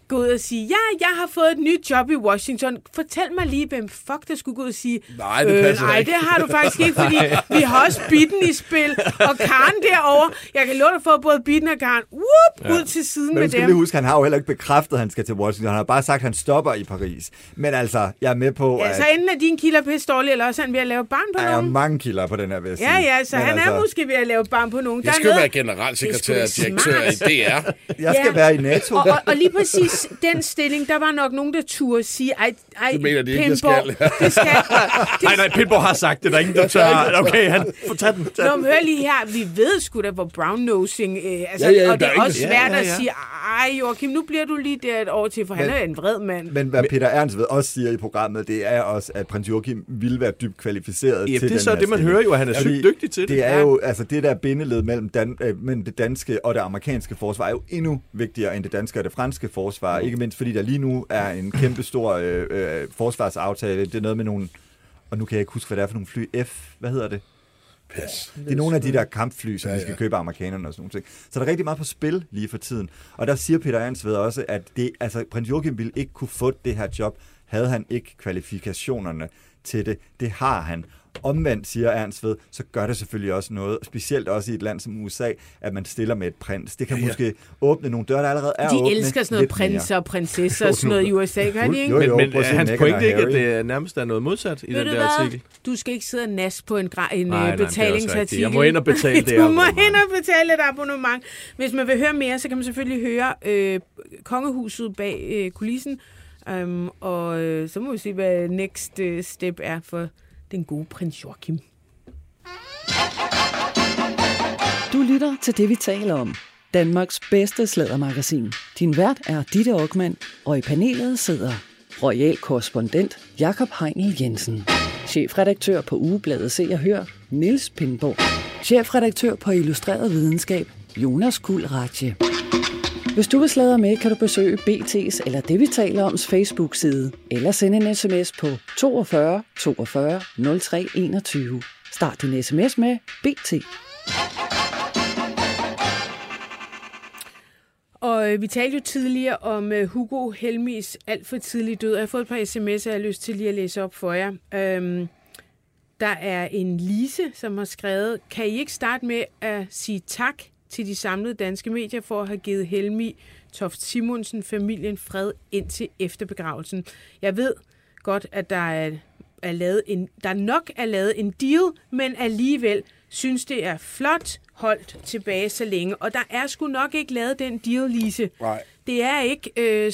gå ud og sige, ja, jeg har fået et nyt job i Washington. Fortæl mig lige, hvem fuck der skulle gå ud og sige, nej, det passer ikke. det har du faktisk ikke, fordi vi har også Bitten i spil, og Karen derovre. Jeg kan love dig for, både Bitten og Karen, ud til siden med dem. Men skal lige huske, han har jo heller ikke bekræftet, at han skal til Washington. Han har bare sagt, at han stopper i Paris. Men altså, jeg er med på, at... så enten er din kilder pisse dårlig, eller også er han ved at lave barn på nogen. Der er mange kilder på den her, vil jeg sige. Ja, så men han er måske ved at lave barn på nogen. Jeg skal jo være generalsekretær og direktør i DR. Jeg skal være i NATO. Og lige præcis den stilling, der var nok nogen, der turde sige, ej, det mener de ikke, Pindborg, det skal. Nej, Pindborg har sagt det, der er ingen, der tør. Okay, han får tage den. Nå, men hør lige her, vi ved sgu da, hvor brown-nosing, og det er også svært at sige, ej Joachim, nu bliver du lige der et år til, for han er en vred mand. Men hvad Peter Ernst ved også siger i programmet, det er også, at prins Joachim ville være dybt kvalificeret til den her det er så det, man hører jo, at han er sygt dygtig til det. Det er jo, altså det der bindeled mellem det danske og det amerikanske forsvar er jo endnu vigtigere end det danske og det franske forsvar, ikke mindst fordi der lige nu er en kæmpe stor forsvarsaftale. Det er noget med nogle, og nu kan jeg ikke huske, hvad det er for nogle fly. hvad hedder det? Pas. Det er nogle af de der kampfly, som vi skal købe af amerikanerne og sådan noget. Så der er rigtig meget på spil lige for tiden. Og der siger Peter Ernst ved også, at prins Joachim ville ikke kunne få det her job, havde han ikke kvalifikationerne til det. Det har han. Omvendt, siger Ernst ved, så gør det selvfølgelig også noget, specielt også i et land som USA, at man stiller med et prins. Det kan måske åbne nogle døre, der allerede er åbne. De elsker sådan noget prinser og prinsesser og sådan noget i USA, gør de ikke? Men hans pointe ikke, at det nærmest er noget modsat i den der artikel? Du skal ikke sidde og nas på en betalingsartikel. Jeg må ind og betale det Du må ind og betale et abonnement. Hvis man vil høre mere, så kan man selvfølgelig høre kongehuset bag kulissen. Og så må vi se, hvad next step er for den gode prins Joachim. Du lytter til det, vi taler om. Danmarks bedste sladdermagasin. Din vært er Ditte Okman, og i panelet sidder royal korrespondent Jakob Heinel Jensen, chefredaktør på ugebladet Se og Hør, Niels Pindborg, chefredaktør på Illustreret Videnskab, Jonas Kuhl Ratje. Hvis du vil sladre med, kan du besøge BT's eller det, vi taler oms Facebook-side, eller sende en sms på 42 42 03 21. Start din sms med BT. Og vi talte jo tidligere om Hugo Helmis alt for tidlig død. Jeg har fået et par sms'er, jeg har lyst til lige at læse op for jer. Der er en Lise, som har skrevet, kan I ikke starte med at sige tak til de samlede danske medier for at have givet Helmi Toft Simonsen familien fred indtil efter begravelsen. Jeg ved godt, at der nok er lavet en deal, men alligevel synes det er flot holdt tilbage så længe. Og der er sgu nok ikke lavet den deal, Lise. Nej. Det er ikke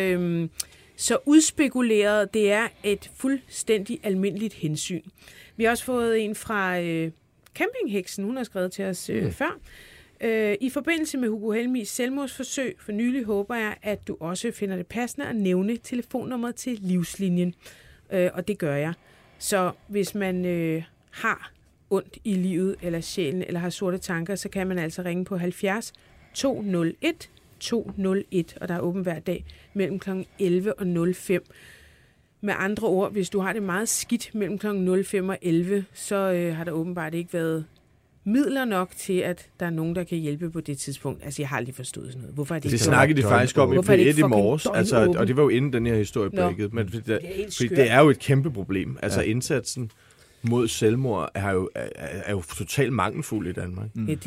så udspekuleret. Det er et fuldstændig almindeligt hensyn. Vi har også fået en fra Campingheksen. Hun har skrevet til os før. I forbindelse med Hugo Helmis selvmordsforsøg for nylig håber jeg, at du også finder det passende at nævne telefonnummeret til Livslinjen. Og det gør jeg. Så hvis man har ondt i livet eller sjælen, eller har sorte tanker, så kan man altså ringe på 70 201 201, og der er åben hver dag mellem kl. 11 og 05. Med andre ord, hvis du har det meget skidt mellem kl. 05 og 11, så har der åbenbart ikke været midler nok til, at der er nogen, der kan hjælpe på det tidspunkt. Altså, jeg har aldrig forstået sådan noget. Hvorfor er det snakkede de faktisk om i P1 i morges, altså, og det var jo inden den her historie brækkede. Men det er jo et kæmpe problem. Altså, indsatsen mod selvmord er jo totalt mangelfuld i Danmark.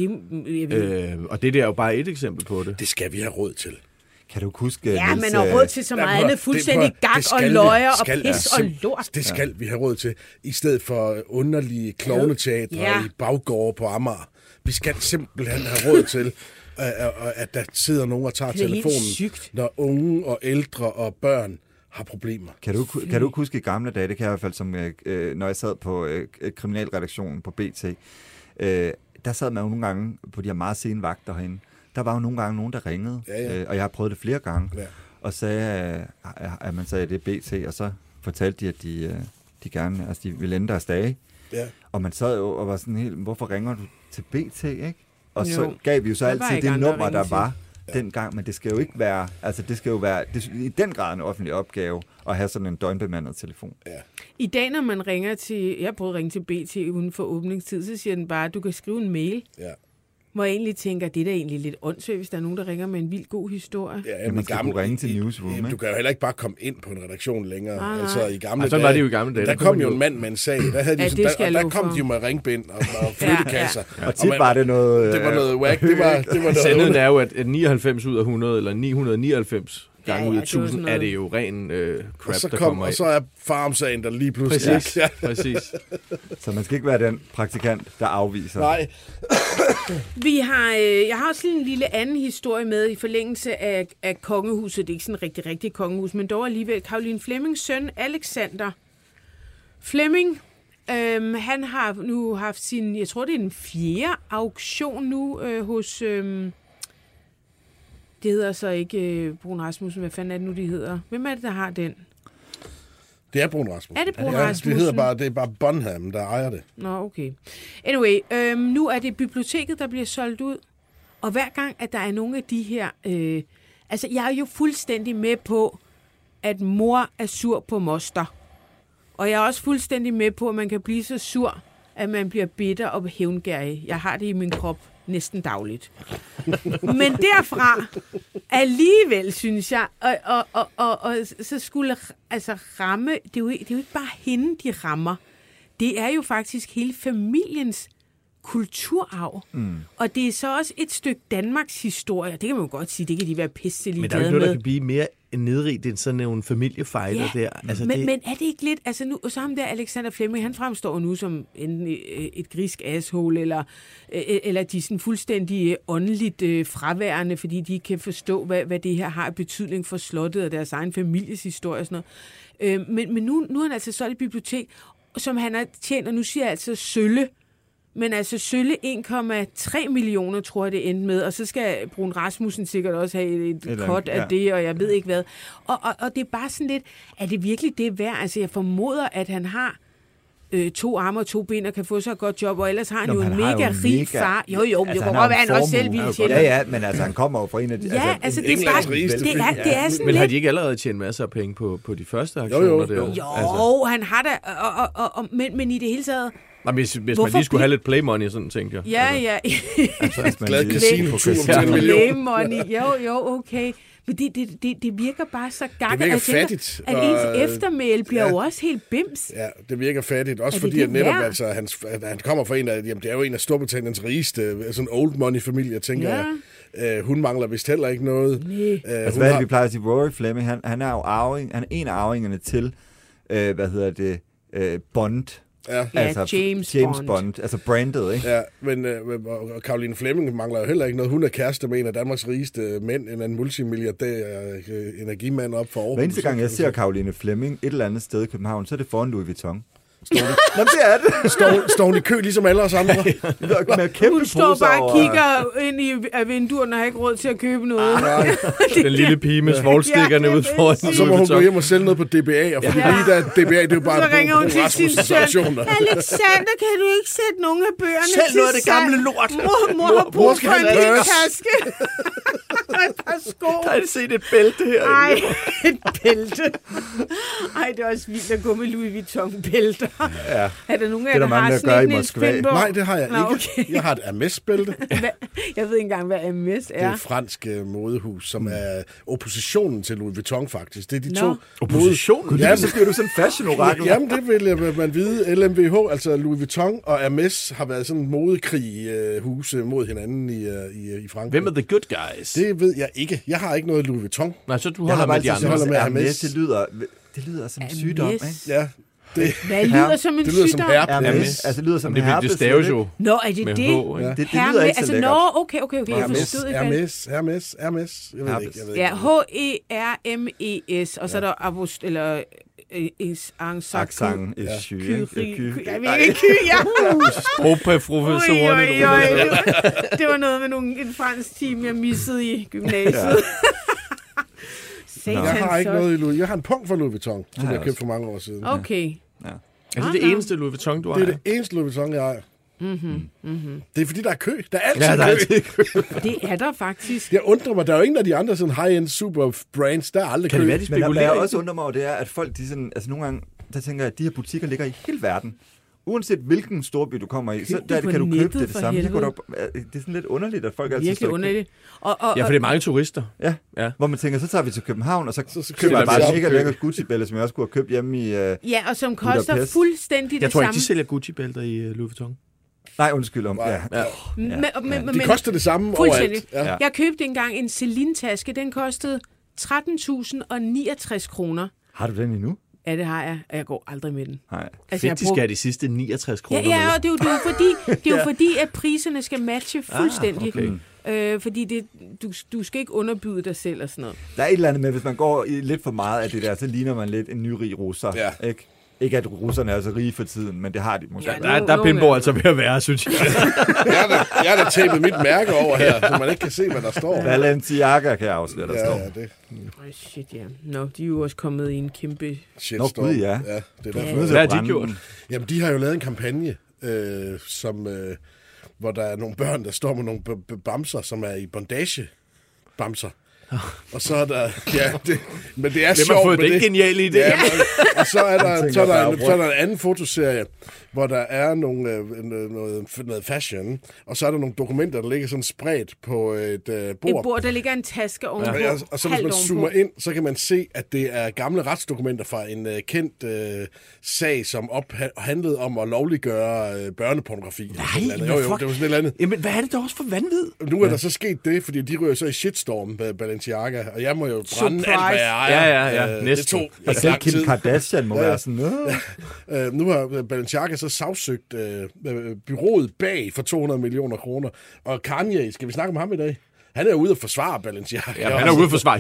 Og det der er jo bare et eksempel på det. Det skal vi have råd til. Kan du huske... Ja, man har råd til så meget andet. Fuldstændig gak og løjer og pis og lort. Det skal vi have råd til. I stedet for underlige klovneteatre i baggårde på Amager. Vi skal simpelthen have råd til, at der sidder nogen og tager telefonen, når unge og ældre og børn har problemer. Kan du huske i gamle dage, det kan jeg i hvert fald, som når jeg sad på kriminalredaktionen på BT, der sad man jo nogle gange på de her meget sene vagter herinde. Der var jo nogle gange nogen, der ringede, og jeg har prøvet det flere gange, og sagde, at man sagde, at det er BT, og så fortalte de, at de gerne, altså de ville ende deres dage. Ja. Og man sad jo og var sådan helt, hvorfor ringer du til BT, ikke? Og så gav vi jo så altid det nummer, der var dengang, men det skal jo ikke være, altså det skal jo være i den grad en offentlig opgave at have sådan en døgnbemandet telefon. Ja. I dag, når man ringer til, jeg prøvede at ringe til BT uden for åbningstid, så siger den bare, at du kan skrive en mail. Ja. hvor jeg egentlig tænker, det er da egentlig lidt åndssvagt, hvis der er nogen, der ringer med en vild god historie. Ja, man skal kunne ringe til Newsroom, du kan jo heller ikke bare komme ind på en redaktion længere. Nej. Altså i gamle sådan var det jo i gamle dage. Der kom jo en mand med en sag. Der, havde de Ja, sådan, det skal der jeg kom love de jo med ringbind og flyttekasser. Ja. Og tit var det noget... Det var noget whack. Det var noget... Sandheden er jo, at 99 ud af 100, eller 999 gange ud af det var 1000, sådan er det jo ren crap, så der kommer og ind. så er farmsagen der lige pludselig. Præcis, præcis. Så man skal ikke være den praktikant, der afviser. Nej. Jeg har også en lille anden historie med i forlængelse af kongehuset. Det er ikke sådan en rigtig kongehus, men dog alligevel. Caroline Flemmings søn, Alexander Flemming, han har nu haft sin, jeg tror det er den 4. auktion nu hos... det hedder så ikke Brun Rasmussen. Hvad fanden er det nu, de hedder? Hvem er det, der har den? Det er Brun Rasmussen. Er det Brun Rasmussen? Det er bare Bonham, der ejer det. Nå, okay. Anyway, nu er det biblioteket, der bliver solgt ud. Og hver gang, at der er nogle af de her... altså, jeg er jo fuldstændig med på, at mor er sur på moster. Og jeg er også fuldstændig med på, at man kan blive så sur, at man bliver bitter og hævngærig. Jeg har det i min krop næsten dagligt. Men derfra alligevel, synes jeg, og så skulle altså ramme, det er jo ikke bare hende, de rammer. Det er jo faktisk hele familiens kulturarv. Og det er så også et stykke Danmarks historie. Det kan man jo godt sige, det kan de være pisselig Men der er jo ikke noget, der kan blive mere nedrigt end sådan nogle familiefejder der. Altså, men er det ikke lidt... Altså nu, så ham der Alexander Flemming, han fremstår nu som enten et grisk asshole, eller de er sådan fuldstændig åndeligt fraværende, fordi de ikke kan forstå, hvad det her har betydning for slottet og deres egen families historie og sådan noget. Men nu er han altså solgt et bibliotek, som han har tjent, og nu siger jeg altså sølle. Men altså sølle 1,3 millioner, tror jeg, det endte med. Og så skal Brun Rasmussen sikkert også have et kort af det, og jeg ved ikke hvad. Og det er bare sådan lidt, er det virkelig det værd? Altså jeg formoder, at han har 2 arme og 2 ben og kan få så et godt job, og ellers har han jo en mega rig far. Jo, altså, det kan godt være, han også selv ville tjene. Ja, men altså han kommer jo fra en af de... Ja, altså det er bare... Det er sådan men har lidt... de ikke allerede tjent masser af penge på de første aktioner der? Jo, altså. han har da... Men i det hele taget... Nej, hvis man lige skulle have lidt play money, sådan tænker jeg. Ja. Altså, Glad casino-tur til 1 million. Play money, jo, okay. Men det virker bare så gammelt. Det virker fattigt. At ens eftermæl bliver jo også helt bims. Ja, det virker fattigt. Også fordi, det at netop altså, han kommer fra en af... Jamen, det er jo en af Storbritanniens rigeste, sådan old money-familie, tænker jeg. Hun mangler vist heller ikke noget. Altså, hvad er det, vi plejer at sige? Rory Fleming, han er jo arving, han er en af arvingerne til, Bond. Ja, altså, James Bond. Altså brandet, ikke? Ja, men og Caroline Flemming mangler jo heller ikke noget. Hun er kæreste med en af Danmarks rigeste mænd, en multimilliardær energimand op for Aarhus. Hver eneste gang jeg ser Caroline Flemming et eller andet sted i København, så er det foran Louis Vuitton. Nå, det er det. Står hun i kø ligesom alle os andre? Hun står bare og kigger ind i vinduerne og har ikke råd til at købe noget. Den lille pige med svovlstikkerne ud foran. Og så må hun gå hjem og sælge noget på DBA, og fordi lige der DBA, det er jo bare så ringer hun til sin søn. Alexander, kan du ikke sætte nogle af bøgerne til salg? Selv noget af det gamle lort. Mor har brug for en lille taske. Et par sko. Der har jeg set et bælte her. Ej, et bælte. Ej, det er også vildt at gå med Louis Vuitton-bælter. Ja. Er der nogen af jer, der har sådan en Spindborg? Nej, det har jeg ikke. Okay. Jeg har et Hermes-bælte. Jeg ved ikke engang, hvad Hermes er. Det er et fransk modehus, som er oppositionen til Louis Vuitton, faktisk. Det er de to. Oppositionen? Ja, så bliver du sådan en fashion-orakel. Jamen, det vil man vide. LMVH, altså Louis Vuitton og Hermes, har været sådan en modekrig-huse mod hinanden i Frankrig. Hvem er the good guys? Det ved jeg ikke. Jeg har ikke noget Louis Vuitton. Nej, så du holder med de andre. Holder med Hermes. Det lyder som en sygdom, ikke? Ja. Hvad lyder som en sygdom? Hermes. Altså, det lyder som herpes. Det staves jo. Nå, er det det? Det lyder ikke så lækkert. Nå, okay. Jeg forstod ikke. Hermes. Jeg ved ikke. Ja, Hermes, og så er der Accent ja. Sprogprofessorerne. Det var noget med en fransk team, jeg missede i gymnasiet. Jeg har ikke noget i Louis. Jeg har en punkt for Louis Vuitton, som jeg købte for mange år siden. Okay. Ja. Er det det eneste Louis Vuitton, du har? Det er det eneste Louis Vuitton, jeg ejer. Det er fordi, der er kø. Der er altid kø. Det er der faktisk. Jeg undrer mig, der er jo ingen af de andre sådan high-end super brands, der er aldrig kø. Kan det være, de spekulerer? Men hvad jeg også undrer mig over, det er, at folk, de sådan, altså nogle gange, der tænker jeg, at de her butikker ligger i hele verden. uanset hvilken storby du kommer i, så der kan du købe det samme. Det er sådan lidt underligt, at folk altid virkelig underligt. Ja, for det er mange turister. Ja, hvor man tænker, så tager vi til København, og så køber jeg bare en mega lækker Gucci-bælte, som jeg også kunne have købt hjemme i ja, og som koster Budapest. Fuldstændig det samme. Jeg tror ikke, de sælger Gucci-bælter i Louis Vuitton. Nej, undskyld om. Ja. De koster det samme overalt. Ja. Jeg købte engang en Celine-taske. Den kostede 13.069 kroner. Har du den endnu? Ja, det har jeg. Jeg går aldrig med den. Nej. Altså, fedt, de skal have de sidste 69 kroner med. Ja, og det er jo fordi, at priserne skal matche fuldstændig. Okay. Fordi du skal ikke underbyde dig selv og sådan noget. Der er et eller andet med, hvis man går lidt for meget af det der, så ligner man lidt en nyrig russer. Ja. Ikke at russerne er så rige for tiden, men det har de måske. Ja, der er Pimborg altså ved at være, synes jeg. Jeg har da tapet mit mærke over her, så man ikke kan se, hvad der står. Balenciaga kan jeg afsløre, der står. Ja, det. Shit, ja. Nå, de er jo også kommet i en kæmpe... Shitstorm. Nå, gud, ja. Ja, det er derfor. Hvad har de gjort? Jamen, de har jo lavet en kampagne, hvor der er nogle børn, der står med nogle bamser, som er i bondage-bamser. Og så er der... Ja, men det er sjovt med det. Det er genial idé. Ja, og så er der en anden fotoserie, hvor der er noget fashion, og så er der nogle dokumenter, der ligger sådan spredt på et bord. Et bord, der ligger en taske ovenpå. Ja, og så hvis man zoomer ind, så kan man se, at det er gamle retsdokumenter fra en kendt sag, som handlede om at lovliggøre børnepornografi. Nej, det var sådan et eller andet. Jamen, hvad er det der også for vanvid? Nu er der så sket det, fordi de ryger så i shitstorm, Balenciaga, og jeg må jo brænde alt, hvad jeg ejer. Ja. Næste to. Og selv Kim Kardashian må være sådan, nu har Balenciaga så sagsøgt byrået bag for 200 millioner kroner. Og Kanye, skal vi snakke om ham i dag? Han er ude at forsvare Balenciaga. Ja, han er ude at forsvare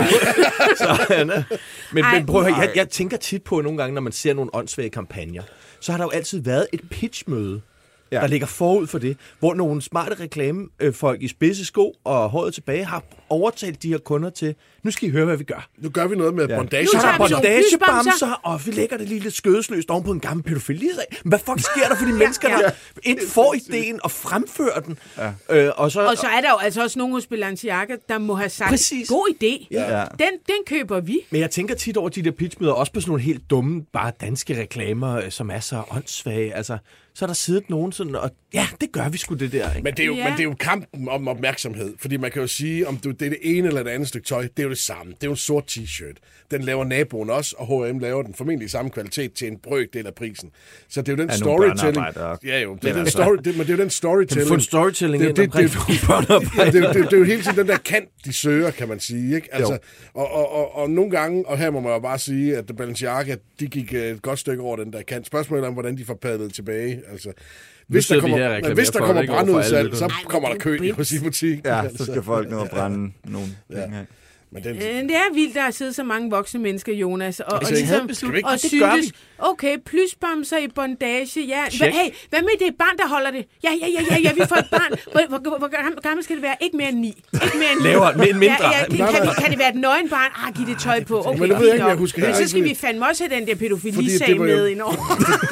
Hitler. Men prøv at høre, jeg tænker tit på nogle gange, når man ser nogle åndssvage kampagner, så har der jo altid været et pitchmøde, der ligger forud for det, hvor nogle smarte reklamefolk i spidse sko og håret tilbage har overtalt de her kunder til, nu skal I høre, hvad vi gør. Nu gør vi noget med bondage. Så har bondagebamser, og vi lægger det lige lidt skødesløst oven på en gammel pædofili-sag. Hvad fuck sker der for de mennesker, der får ideen og fremfører den? Ja. Og så er der jo altså også nogen hos Balenciaga, der må have sagt, præcis. God idé. Ja. Den køber vi. Men jeg tænker tit over de der pitchmøder, også på sådan nogle helt dumme, bare danske reklamer, som er så åndssvage. Altså, så er der siddet nogen sådan, og ja, det gør vi sgu det der. Ikke? Men det er jo kampen om opmærksomhed. Fordi man kan jo sige, om det er det ene eller det andet stykke tøj, det er jo det samme. Det er jo en sort t-shirt. Den laver naboen også, og H&M laver den formentlig i samme kvalitet til en brøkdel af prisen. Så det er jo den storytelling. Ja jo, det er den story, men det er jo den storytelling. Kan du få en storytelling ind omkring børnearbejder? Det er jo hele tiden den der kant, de søger, kan man sige. Ikke? Altså, og nogle gange, og her må man jo bare sige, at Balenciaga, de gik et godt stykke over den der kant. Spørgsmålet om, hvordan de får padlet tilbage. Altså, hvis der kommer brandudsalg, så kommer der kø hos i butikken. Ja, så skal folk ned og brænde nogle penge af. Men det er vildt, der har siddet så mange voksne mennesker, Jonas, og synes, okay, plysbamser i bondage, ja. Hey, hvad med det barn, der holder det? Ja, vi får et barn. Hvor gammel skal det være? Ikke mere end 9. Ikke mere end 9. Lavere, men mindre. Kan det være et nøgenbarn? Giv det tøj på. Okay, men det ved jeg ikke, jeg husker. Men så skal vi fandme også have den der pædofili-sag med i år.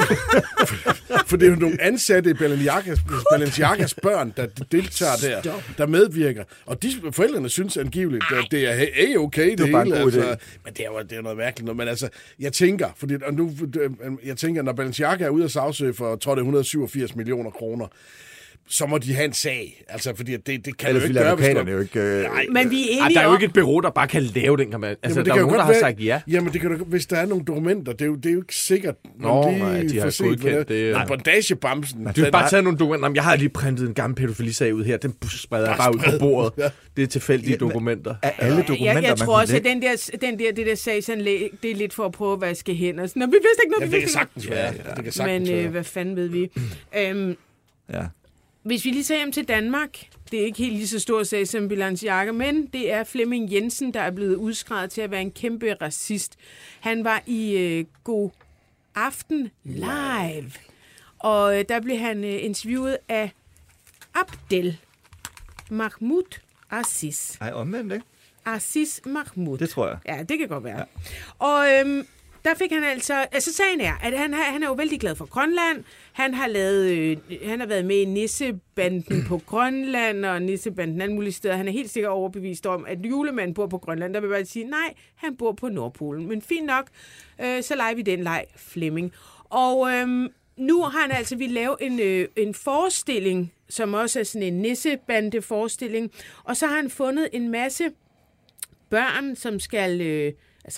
For det er jo nogle ansatte i Balenciagas børn, der deltager der medvirker. Og forældrene synes angiveligt, at det er okay, det hele. Altså, men det er noget mærkeligt noget. Men altså, jeg tænker, når Balenciaga er ude at sagsøge for, tror det 187 millioner kroner, så må de have en sag. Altså, fordi det kan jo ikke gøre, hvis jo ikke... Men vi er enige der er jo ikke et bureau, der bare kan lave den kampagne. Altså, der er nogen, der har sagt ja. Jamen, det kan jo, hvis der er nogle dokumenter, det er jo ikke sikkert. De har godkendt det. Nej, bondagebamsen. Du kan bare tage nogle dokumenter. Jeg har lige printet en gammel pædofilisag ud her. Den spreder jeg bare ud på bordet. Ja. Det er tilfældige dokumenter. Er alle dokumenter, jeg tror også, at det der sagsanlæg, det er lidt for at prøve at vaske hænder. Nå, vi vidste ikke noget. Det kan sagtens være. Men hvad fanden ved vi? Ja. Hvis vi lige ser hjem til Danmark, det er ikke helt lige så stor sag som Balenciaga, men det er Flemming Jensen, der er blevet udskrevet til at være en kæmpe racist. Han var i God Aften Live, og der blev han interviewet af Abdel Mahmoud Aziz. Ej, omvendt, ikke? Aziz Mahmoud. Det tror jeg. Ja, det kan godt være. Ja. Og der fik han altså sagen er, at han er jo vældig glad for Grønland. Han har været med i Nissebanden på Grønland, og Nissebanden alle mulige steder. Han er helt sikkert overbevist om, at julemanden bor på Grønland. Der vil bare sige, nej, han bor på Nordpolen. Men fint nok, så leger vi den leg, Flemming. Og nu har han altså vil lave en forestilling, som også er sådan en nissebande-forestilling, og så har han fundet en masse børn, som skal, en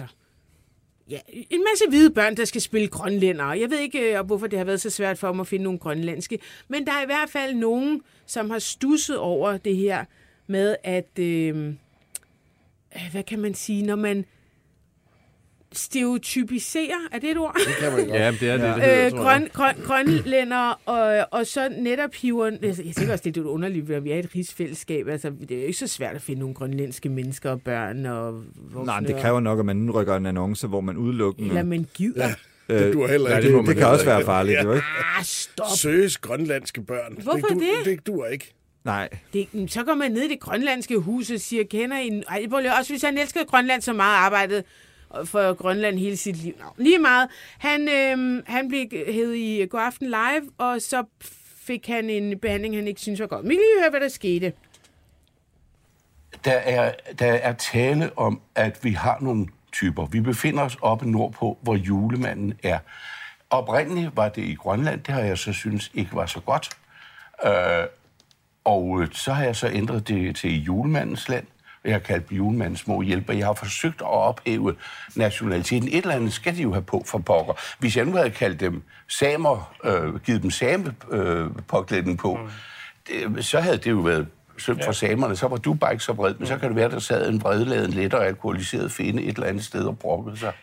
masse hvide børn, der skal spille grønlændere. Jeg ved ikke, hvorfor det har været så svært for dem at finde nogle grønlandske, men der er i hvert fald nogen, som har stusset over det her med, at, hvad kan man sige, når man stereotypiserer, er det et ord? Det kan man godt. Ja, det er det hedder, grønlænder, og så netop hiver... Jeg tænker også, det er lidt underligt, at vi er et rigsfællesskab. Altså, det er jo ikke så svært at finde nogle grønlandske mennesker og børn og voksne. Nej, det kræver nok, at man rykker en annonce, hvor man udelukkende... Eller man giver... Ja. Det duer heller ikke. Det kan også være farligt, jo ikke? Stop. Søges grønlandske børn. Hvorfor det? Det duer ikke. Nej. Så går man ned i det grønlandske hus og siger, kender I... Også hvis han elsker Grønland så meget, arbejdet for Grønland hele sit liv. Lige meget. Han blev hævet i God Aften Live, og så fik han en behandling, han ikke synes var godt. Men lige høre, hvad der skete. Der er tale om, at vi har nogle typer. Vi befinder os oppe nordpå, hvor julemanden er. Oprindeligt var det i Grønland, det har jeg så synes ikke var så godt. Og så har jeg så ændret det til julemandens land. Jeg har kaldt dem julemandens små hjælper. Jeg har forsøgt at ophæve nationaliteten. Et eller andet skal de jo have på for pokker. Hvis jeg nu havde kaldt dem samer, givet dem samepåklædning på, så havde det jo været synd for samerne. Så var du bare ikke så vred, men så kan det være, der sad en vredladen, lettere alkoholiseret finde et eller andet sted og brokkede sig.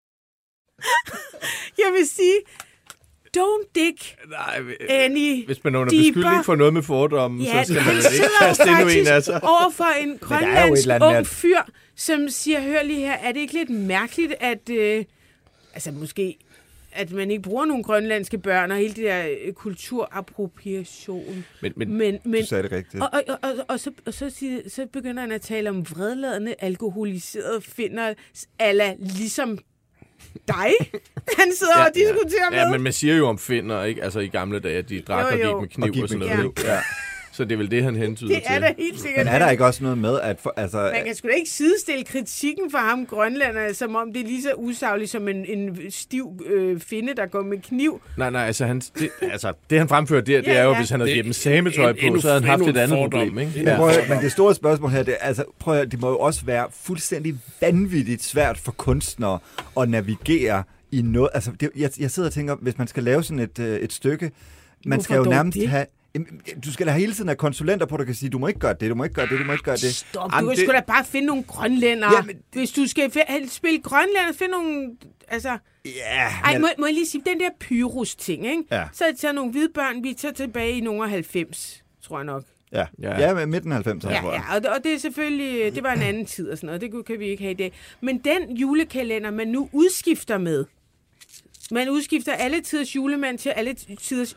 Jeg vil sige... Don't dig any hvis man er beskyldt for noget med fordomme, så skal man ikke kaste endnu en af sig. Overfor en grønlandsk ung fyr, som siger, hør lige her, er det ikke lidt mærkeligt, at måske, at man ikke bruger nogle grønlandske børn, og hele det der kulturappropriation. Men du sagde det rigtigt. Og så begynder han at tale om vredladende, alkoholiserede finder, ala ligesom dig, han sidder og diskuterer med. Ja, men man siger jo om finner, ikke? Altså i gamle dage, at de drak og gik med kniv og sådan noget. Ja. Så det er vel det, han hentyder til. Det er da helt sikkert. Men er der ikke også noget med, at... Man kan sgu da ikke sidestille kritikken for ham, grønlænder, som om det er lige så usagligt som en stiv finde, der går med kniv. Nej, altså, det han fremfører, det er jo, hvis han havde givet dem sametøj på, så havde han haft et andet problem, ikke? Ja. Men det store spørgsmål her, det må jo også være fuldstændig vanvittigt svært for kunstnere at navigere i noget. Altså, jeg sidder og tænker, hvis man skal lave sådan et stykke, man skal jo nærmest have... Du skal da hele tiden have konsulenter på, der kan sige, du må ikke gøre det, du må ikke gøre det, du må ikke gøre det. Stop, du kan sgu da bare finde nogle grønlændere. Ja, men... Hvis du skal spille grønlænder, finde nogle... Altså... Ja, ej, må jeg lige sige, den der Pyrus-ting, ikke? Ja. Så er det taget nogle hvide børn, vi tager tilbage i nogle 90, tror jeg nok. Ja, midten af 90'erne, tror jeg. Ja, og det er selvfølgelig... Det var en anden tid og sådan noget, det kan vi ikke have i dag. Men den julekalender, man nu udskifter med, man udskifter alle tiders julemand til alle tiders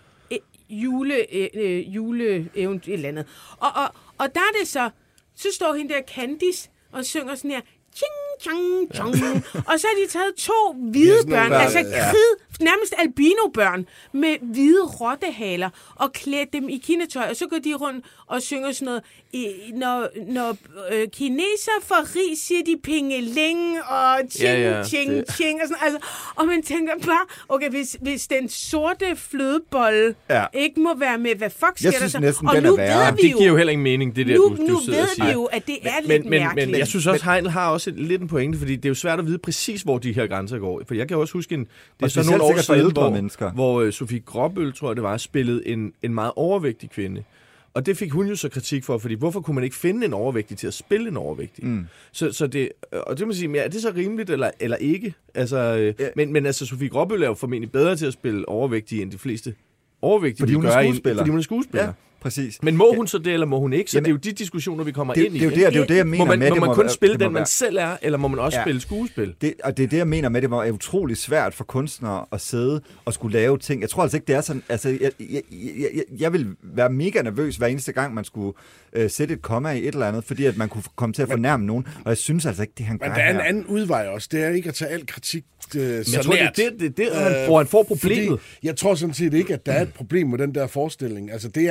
jule et eller andet. Og der er det så står hende der Candice og synger sådan her, ching, chang, chang. Og så har de taget 2 hvide børn, altså nærmest albino-børn, med hvide rottehaler, og klædt dem i kinetøj, og så går de rundt og synger sådan noget, når kineser får rig, siger de pingeling, og ching, ching, ching, og sådan, altså, og man tænker bare, okay, hvis den sorte flødebolle ikke må være med, hvad fuck sker der så? Næsten, og nu ved vi jo, det giver jo heller ingen mening, det der, du sidder og siger. Nu ved vi jo, at det er lidt mærkeligt. Men jeg synes også, Heinl har også lidt en pointe, fordi det er jo svært at vide præcis, hvor de her grænser går. For jeg kan også huske, det er sådan nogle år siden, hvor Sofie Gråbøl, tror jeg det var, spillede en meget overvægtig kvinde. Og det fik hun jo så kritik for, fordi hvorfor kunne man ikke finde en overvægtig til at spille en overvægtig? Så det, og det må sige, er det så rimeligt eller ikke? Altså, men altså, Sofie Gråbøl er jo formentlig bedre til at spille overvægtige end de fleste overvægtige, fordi hun er skuespiller. Ja. Præcis. Men må hun så det, eller må hun ikke? Så det er jo de diskussioner, vi kommer ind i. Det er jo det, jeg mener med det. Må man kun spille den, man selv er, eller må man også spille skuespil? Og det er det, jeg mener med, det var utrolig svært for kunstnere at sidde og skulle lave ting. Jeg tror altså ikke, det er sådan... Altså, jeg vil være mega nervøs hver eneste gang, man skulle sætte et komma i et eller andet, fordi at man kunne komme til at fornærme nogen. Og jeg synes altså ikke, det han gør. Men der er en anden udvej også. Det er ikke at tage al kritik jeg tror, det han får problemet. Jeg tror sådan set ikke, at der er et problem med den der forestilling. Altså, det er jo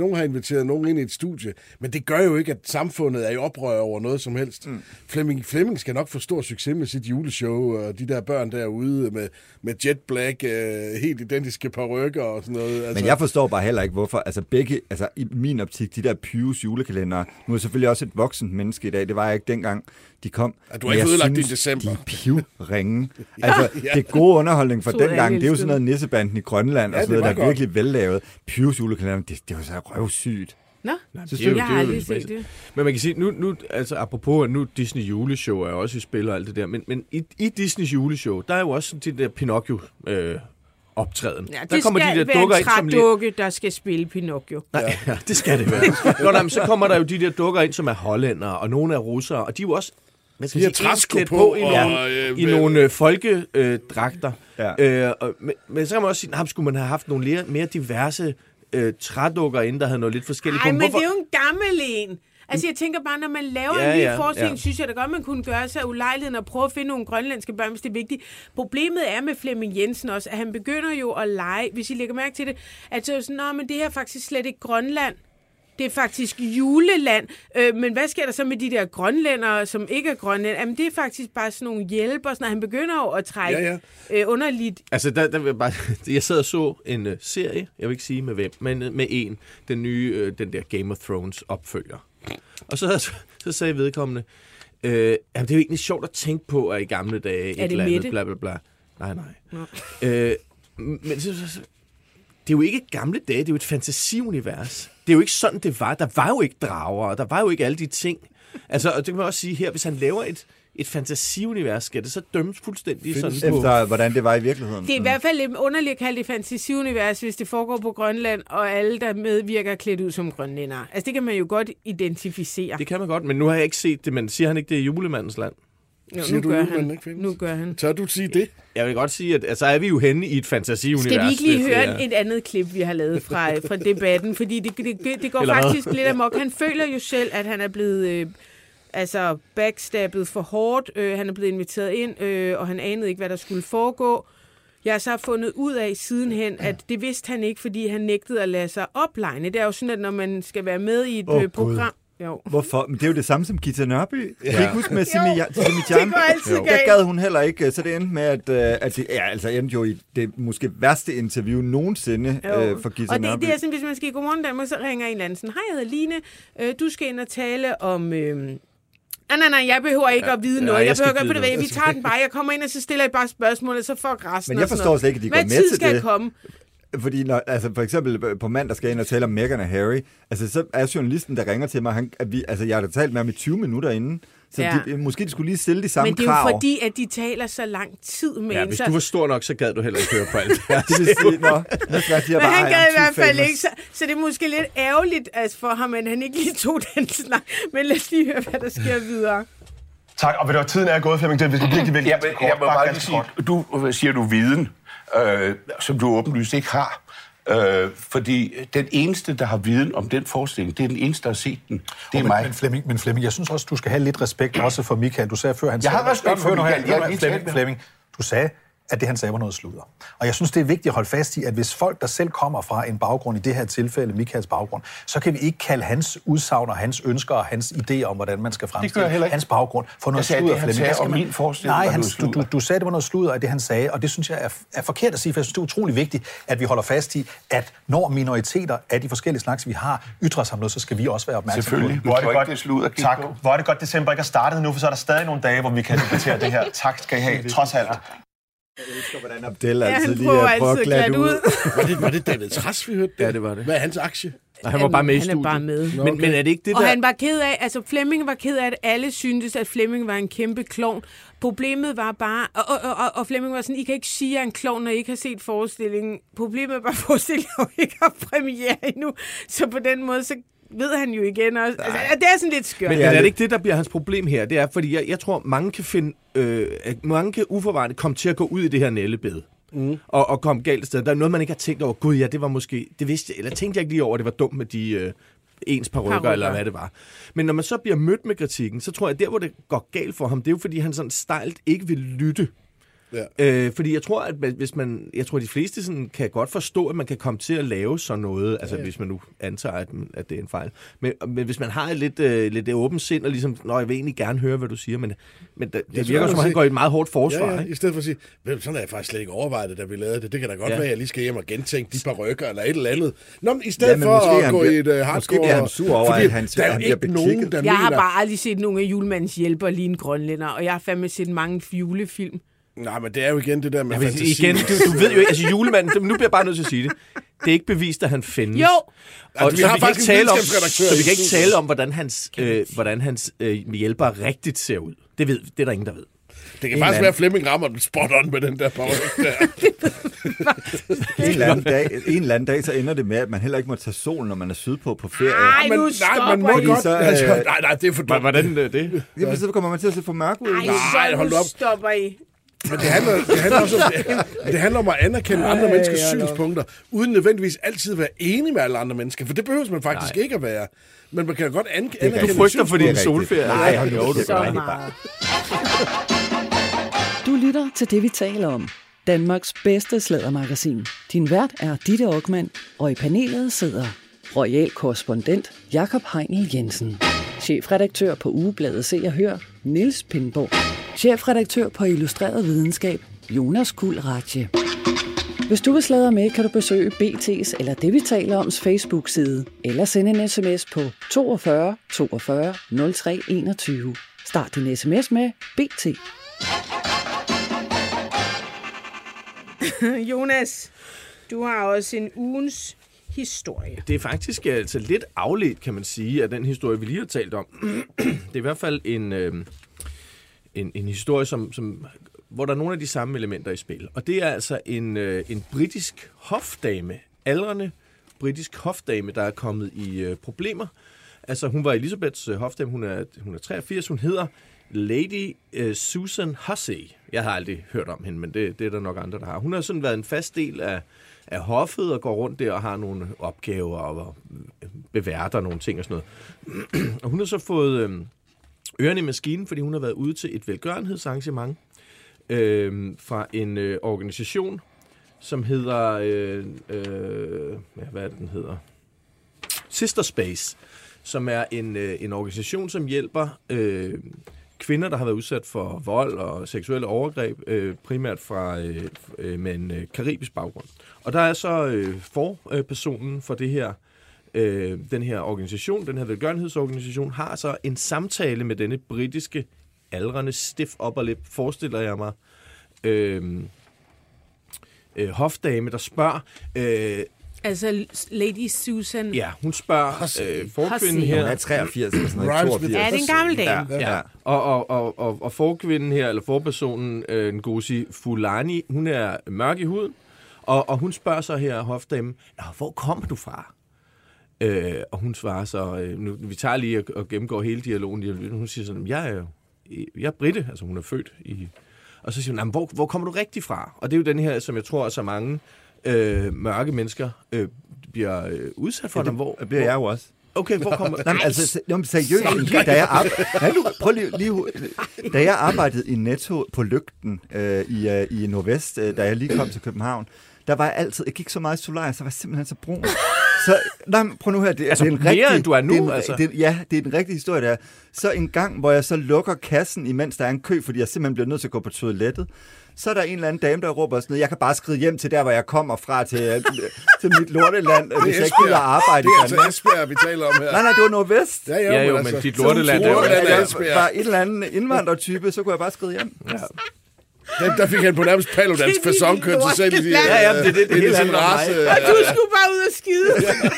nogen har inviteret nogen ind i et studie, men det gør jo ikke, at samfundet er i oprør over noget som helst. Flemming skal nok få stor succes med sit juleshow, og de der børn derude med jet black, helt identiske parrykker og sådan noget. Altså. Men jeg forstår bare heller ikke, hvorfor. Altså begge, altså i min optik, de der Pius julekalender, nu er jeg selvfølgelig også et voksent menneske i dag, det var jeg ikke dengang, de kom. Ja, du har ikke udlagt i december. De pivringe. Altså, det gode underholdning fra dengang, det er jo sådan noget Nissebanden i Grønland, og sådan noget, der er virkelig vellavet. Pius julekalender, det var så røvsygt. Nå, jeg har aldrig set det. Men man kan sige, nu altså apropos, nu Disney juleshow er også i spil og alt det der, men i Disneys juleshow, der er jo også det der Pinocchio optræden. Ja, det der kommer skal de der være dukker en ind, som trædukke, der skal spille Pinocchio. Nej, ja, det skal det være. Nå, nej, men så kommer der jo de der dukker ind, som er hollændere, og nogle er russere, og de er jo også træsko på i nogle folkedragter. Ja. Men så kan man også sige, skulle man have haft nogle mere diverse trædukker inde, der havde noget lidt forskelligt. Nej, men det er jo en gammel en. Altså, jeg tænker bare, når man laver en ny forestilling, synes jeg da godt, man kunne gøre sig ulejligheden og prøve at finde nogle grønlandske børn, hvis det er vigtigt. Problemet er med Flemming Jensen også, at han begynder jo at lege, hvis I lægger mærke til det, at så er sådan, men det her er faktisk slet ikke Grønland. Det er faktisk juleland. Men hvad sker der så med de der grønlændere, som ikke er grønlændere? Jamen, det er faktisk bare sådan nogle hjælper. Sådan, han begynder jo at trække underligt. Altså, der vil jeg bare... Jeg sad og så en serie, jeg vil ikke sige med hvem, men med den nye, den der Game of Thrones opfølger. Og så sagde vedkommende, det er jo egentlig sjovt at tænke på, at i gamle dage et eller andet, bla bla bla. Nej. Men det er jo ikke gamle dage, det er jo et fantasiunivers. Det er jo ikke sådan, det var. Der var jo ikke drager, og der var jo ikke alle de ting. Altså, og det kan man også sige her, hvis han laver et fantasiunivers, skal det så dømmes fuldstændig sådan på... Efter, hvordan det var i virkeligheden. Det er i hvert fald lidt underligt at kalde det fantasiunivers, hvis det foregår på Grønland, og alle, der medvirker, klædt ud som grønlændere. Altså, det kan man jo godt identificere. Det kan man godt, men nu har jeg ikke set det, men siger han ikke, det er julemandens land? Jo, nu gør han. Tør du sige det? Jeg vil godt sige, at så er vi jo henne i et fantasiunivers. Skal vi ikke lige høre et andet klip, vi har lavet fra debatten? Fordi det går faktisk lidt amok. Han føler jo selv, at han er blevet backstabbet for hårdt. Han er blevet inviteret ind, og han anede ikke, hvad der skulle foregå. Jeg har så fundet ud af sidenhen, at det vidste han ikke, fordi han nægtede at lade sig oplegne. Det er jo sådan, at når man skal være med i et program... Jo. Hvorfor? Men det er jo det samme som Gita Nørby. Ja. Kan I ikke huske med Simi Jan? Det går altid galt. Der gad hun heller ikke, så det endte med, at det endte jo i det måske værste interview nogensinde for Gita Nørby. Og det er sådan, hvis man skal i Godmorgen Danmark, så ringer en eller anden sådan, hej, jeg hedder Line, du skal ind og tale om... Nej, jeg behøver ikke at vide noget. Jeg behøver ikke, vi tager den bare. Jeg kommer ind, og så stiller jeg bare spørgsmål, og så får resten. Men jeg forstår slet ikke, at de går med til det. Hvad tid skal komme? Fordi for eksempel på mandag skal jeg ind og tale om Meghan og Harry. Altså, så er journalisten, der ringer til mig, jeg har da talt med ham i 20 minutter inden. Så måske de skulle lige stille de samme krav. Men det er jo fordi, at de taler så lang tid med en. Hvis du var stor nok, så gad du heller ikke høre på alt det her. Det vil sige, men han gad i hvert fald ikke. Så det er måske lidt ærgerligt for ham, at han ikke lige tog den snak. Men lad os lige høre, hvad der sker videre. Tak, og ved du, tiden er gået, Flemming. Det er virkelig jeg må bare lige sige, du siger viden, som du åbenlyst ikke har. Fordi den eneste, der har viden om den forestilling, det er den eneste, der har set den. Det er mig. Men Flemming, jeg synes også, du skal have lidt respekt også for Michael. Du sagde før, han sagde... Jeg har respekt for Michael. Flemming, du sagde, at det, han sagde, var noget sludder. Og jeg synes, det er vigtigt at holde fast i, at hvis folk, der selv kommer fra en baggrund, i det her tilfælde Michaels baggrund, så kan vi ikke kalde hans udsagn og hans ønsker og hans idéer om, hvordan man skal fremstille hans baggrund for noget sludder, Flemming. Jeg sagde, min forestilling du sagde, det var noget sludder af det, han sagde, og det synes jeg er forkert at sige, for jeg synes, det er utrolig vigtigt, at vi holder fast i, at når minoriteter af de forskellige slags, vi har, ytrer sig om noget, så skal vi også være opmærksomme på det. Hvor er det godt, tak. Hvor er det godt, december ikke er startet nu, for så er der stadig nogle dage, hvor vi kan debattere det her. Tak skal I have, trods alt. Jeg elsker, hvordan Abdel altid lige prøver at glatte ud. Var det David Trads, vi hørte det? Ja, det var det. Hvad er hans aktie? Og han var bare med i studiet. Han er bare med. Men er det ikke det der... Og han var ked af, Flemming var ked af, at alle syntes, at Flemming var en kæmpe klovn. Problemet var bare, og Flemming var sådan, I kan ikke sige, at jeg er en klovn, når I ikke har set forestillingen. Problemet er bare, at forestillingen ikke har premiere endnu. Så på den måde, så ved han jo igen også. Altså, det er sådan lidt skørt. Men er det ikke det, der bliver hans problem her? Det er, fordi jeg tror, mange kan finde... mange kan uforvarende komme til at gå ud i det her nællebed. Og komme galt et sted. Der er noget, man ikke har tænkt over. Gud, ja, det var måske... Det vidste jeg, eller tænkte jeg ikke lige over, det var dumt med de ens parrykker, eller hvad det var. Men når man så bliver mødt med kritikken, så tror jeg, der hvor det går galt for ham, det er jo, fordi han sådan stejlt ikke vil lytte. Ja. Fordi jeg tror, at de fleste sådan kan godt forstå, at man kan komme til at lave sådan noget, altså hvis man nu antager, at det er en fejl. Men hvis man har et lidt åbent sind, og ligesom, jeg vil egentlig gerne høre, hvad du siger, men det virker som, at han går i et meget hårdt forsvar. Ja, i stedet for at sige, sådan har jeg faktisk slet ikke overvejet det, da vi lavede det. Det kan da godt være, at jeg lige skal hjem og gentænke de parykker eller et eller andet. Nå, men i stedet for at gå i et hardcore... Måske bliver han sur over, at han bliver beklikket. Jeg har bare aldrig set nogle af Julemandens hjælper lige en grønlænder, og jeg har fandme set mange julefilm. Nej, men det er jo igen det der med fantasi. Igen, du ved jo, altså julemanden, nu bliver jeg bare nødt til at sige det, det er ikke bevist, at han findes. Jo. Og vi har faktisk så vi kan ikke tale om, hvordan hans hjælper rigtigt ser ud. Det er der ingen, der ved. Det kan faktisk være, at Flemming rammer den spot on med den der paryk der. En eller anden dag, så ender det med, at man heller ikke må tage sol, når man er sydpå på ferie. Nej, nu stopper man må godt. Nej, det er for dumt. Hvordan det? Jamen, så kommer man til at se for mørk ud. Nej, hold op. Stopper I. Men det handler om at anerkende andre menneskers synspunkter, uden nødvendigvis altid at være enig med alle andre mennesker, for det behøver man faktisk ikke at være. Men man kan godt anerkende. Du frygter for din solferie. Nej, hold nu, det så meget. Du lytter til det, vi taler om. Danmarks bedste sladdermagasin. Din vært er Ditte Okman, og i panelet sidder royal korrespondent Jakob Heinl Jensen, chefredaktør på ugebladet Se og Hør, Niels Pindborg, chefredaktør på Illustreret Videnskab, Jonas Kuhl Ratje. Hvis du vil sladre med, kan du besøge BT's eller det, vi taler oms Facebook-side, eller sende en sms på 42 42 03 21. Start din sms med BT. Jonas, du har også en ugens historie. Det er faktisk altså lidt afledt, kan man sige, af den historie, vi lige har talt om. Det er i hvert fald en historie, hvor der er nogle af de samme elementer i spil. Og det er altså en britisk hofdame, aldrende britisk hofdame, der er kommet i problemer. Altså, hun var Elisabeths hofdame, hun er 83, hun hedder Lady Susan Hussey. Jeg har aldrig hørt om hende, men det er der nok andre, der har. Hun har sådan været en fast del af hoffet og går rundt der og har nogle opgaver og beværter nogle ting og sådan noget. Og hun har så fået ørerne i maskinen, fordi hun har været ude til et velgørenhedsarrangement fra en organisation, som hedder... hvad er det, den hedder? Sister Space, som er en organisation, som hjælper kvinder, der har været udsat for vold og seksuelle overgreb, primært med en karibisk baggrund. Og der er så forpersonen for det her, den her organisation, den her velgørenhedsorganisation, har så en samtale med denne britiske, aldrende, stiff upper lip, forestiller jeg mig, hofdame, der spørger... Altså Lady Susan... Ja, hun spørger forkvinden her... Hun er 83 eller sådan noget, 82. Ja, det er en gammel dame. Ja. Og forkvinden her, eller forpersonen, Ngozi Fulani, hun er mørk i huden, og hun spørger så her hofdamen, hvor kommer du fra? Og hun svarer så, vi tager lige og gennemgår hele dialogen, hun siger sådan, jeg er brite, altså hun er født i... Og så siger hun, hvor kommer du rigtig fra? Og det er jo den her, som jeg tror, så mange mørke mennesker bliver udsat for. Det bliver jeg jo også. Okay, hvor kommer... Nej, altså, seriøst, da jeg arbejdede i Netto på Lygten i Nordvest, da jeg lige kom til København, der var jeg altid, jeg gik så meget i Solaris, så var jeg simpelthen så brun. Så, prøv nu her, det er en mere, rigtig... end du er nu, altså. Det er en rigtig historie, der. Så en gang, hvor jeg så lukker kassen, imens der er en kø, fordi jeg simpelthen bliver nødt til at gå på toilettet, så er der en eller anden dame, der råber sådan noget, jeg kan bare skride hjem til der, hvor jeg kommer fra, til mit lorteland, hvis jeg ikke gider arbejde. Det er altså Esbjerg, vi taler om her. Nej, det var Nordvest. Ja, men dit lorteland er Esbjerg. Var en eller anden indvandrertype, så kunne jeg bare skride hjem. Ja. Der fik han på nærmest Paludans facon kørt sig selv i de... Ja, det hele handler om mig. Og du skulle bare ud og skide.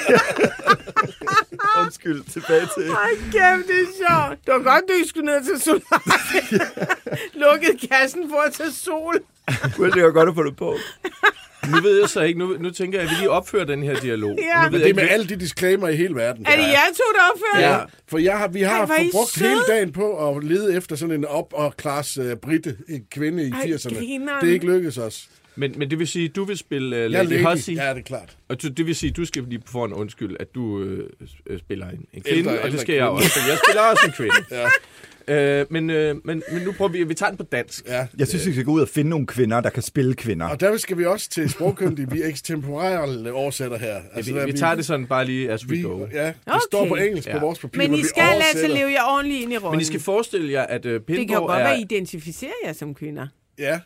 Undskyld, tilbage til... Ej, kæft, det er sjovt. Det var godt, du ikke skulle ned til Solaris. Lukkede kassen for at tage sol. Det var godt at få det på. Nu ved jeg så ikke, nu tænker jeg, at vi lige opfører den her dialog. Ja. Nu ved det er med alle de disclaimer i hele verden. Er det jer to, der opfører det? Ja, for vi har brugt hele dagen på at lede efter sådan en op-og-class brite, en kvinde i 80'erne. Det er ikke lykkedes os. Men det vil sige, at du vil spille Lady Hussey? Ja, det er klart. Og det vil sige, at du skal lige få en undskyld, at du spiller en kvinde, og det skal jeg også. Jeg spiller også en kvinde. Men nu prøver vi tager den på dansk. Ja. Jeg synes, vi skal gå ud og finde nogle kvinder, der kan spille kvinder. Og der skal vi også til sprogkyndige. Vi er ekstemporale oversætter her. Altså, vi tager det sådan bare lige as we go. Ja, det står på engelsk på vores papir, men I vi skal altså leve jer ordentligt ind i rollen. Men I skal forestille jer, at Pindborg det kan jo godt være, I identificerer jer som kvinder. Ja,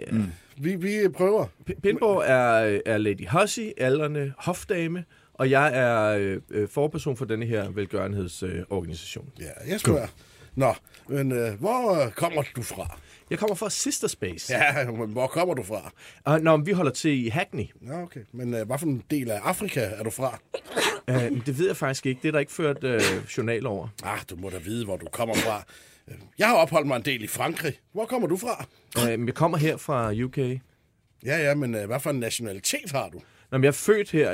vi prøver. Pindborg er Lady Hussey, aldrende hofdame, og jeg er forperson for denne her velgørenhedsorganisation. Ja, jeg spørger. Nå, men hvor kommer du fra? Jeg kommer fra Sister Space. Ja, men hvor kommer du fra? Nå, vi holder til i Hackney. Ja, okay. Men hvad for en del af Afrika er du fra? Det ved jeg faktisk ikke. Det er der ikke ført journal over. Du må da vide, hvor du kommer fra. Jeg har opholdt mig en del i Frankrig. Hvor kommer du fra? Jeg kommer her fra UK. Ja, men hvad for en nationalitet har du? Nå, men jeg er født her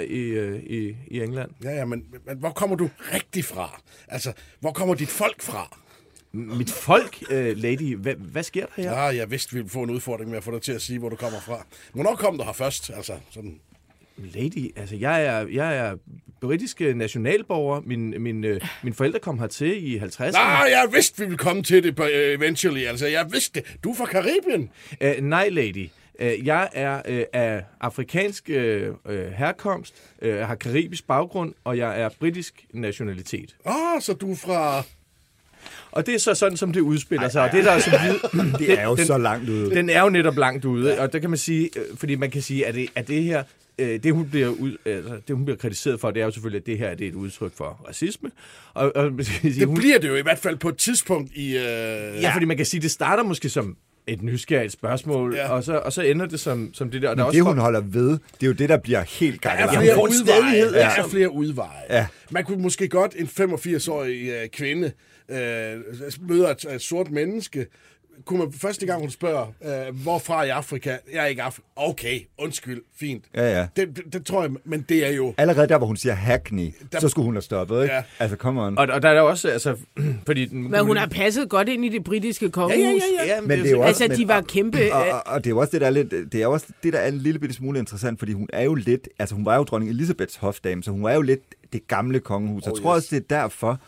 i England. Ja, men hvor kommer du rigtig fra? Altså, hvor kommer dit folk fra? Mit folk, lady, hvad sker der her? Ja, jeg vidste, vi ville få en udfordring med at få dig til at sige, hvor du kommer fra. Hvornår kom du her først? Altså, sådan... Lady, altså jeg er britiske nationalborger. Mine forældre kom hertil i 50'erne. Nej, jeg vidste, vi ville komme til det eventually. Altså, jeg vidste det. Du er fra Karibien. Nej, lady. Jeg er af afrikansk herkomst, jeg har karibisk baggrund, og jeg er britisk nationalitet. Så du er fra... Og det er så sådan, som det udspiller sig. Og det der er det er jo så langt ude. Den er jo netop langt ude, og der kan man sige, fordi man kan sige, at det her, det hun bliver kritiseret for, det er jo selvfølgelig, at det her det er et udtryk for racisme. Og det bliver det jo i hvert fald på et tidspunkt i... Ja, fordi man kan sige, det starter måske som et nysgerrigt spørgsmål, og så ender det som det der. Men det, hun holder ved, det er jo det, der bliver helt galt. Der er flere udveje. Ja. Man kunne måske godt en 85-årig kvinde møder et sort menneske. Kunne man første gang, hun spørger, hvorfra i Afrika? Jeg er ikke Afrika. Okay, undskyld, fint. Ja. Det tror jeg, men det er jo... Allerede der, hvor hun siger Hackney, så skulle hun have stoppet, ikke? Ja. Altså, come on. Og der er også, altså... Fordi men hun har passet godt ind i det britiske kongehus. Ja. Men det er jo også, altså, de var kæmpe... Og det er jo også det, der er lidt... Det er også det, der er en lille bitte smule interessant, fordi hun er jo lidt... Altså, hun var jo dronning Elisabeths hofdame, så hun var jo lidt det gamle kongehus. Jeg tror også, det er derfor...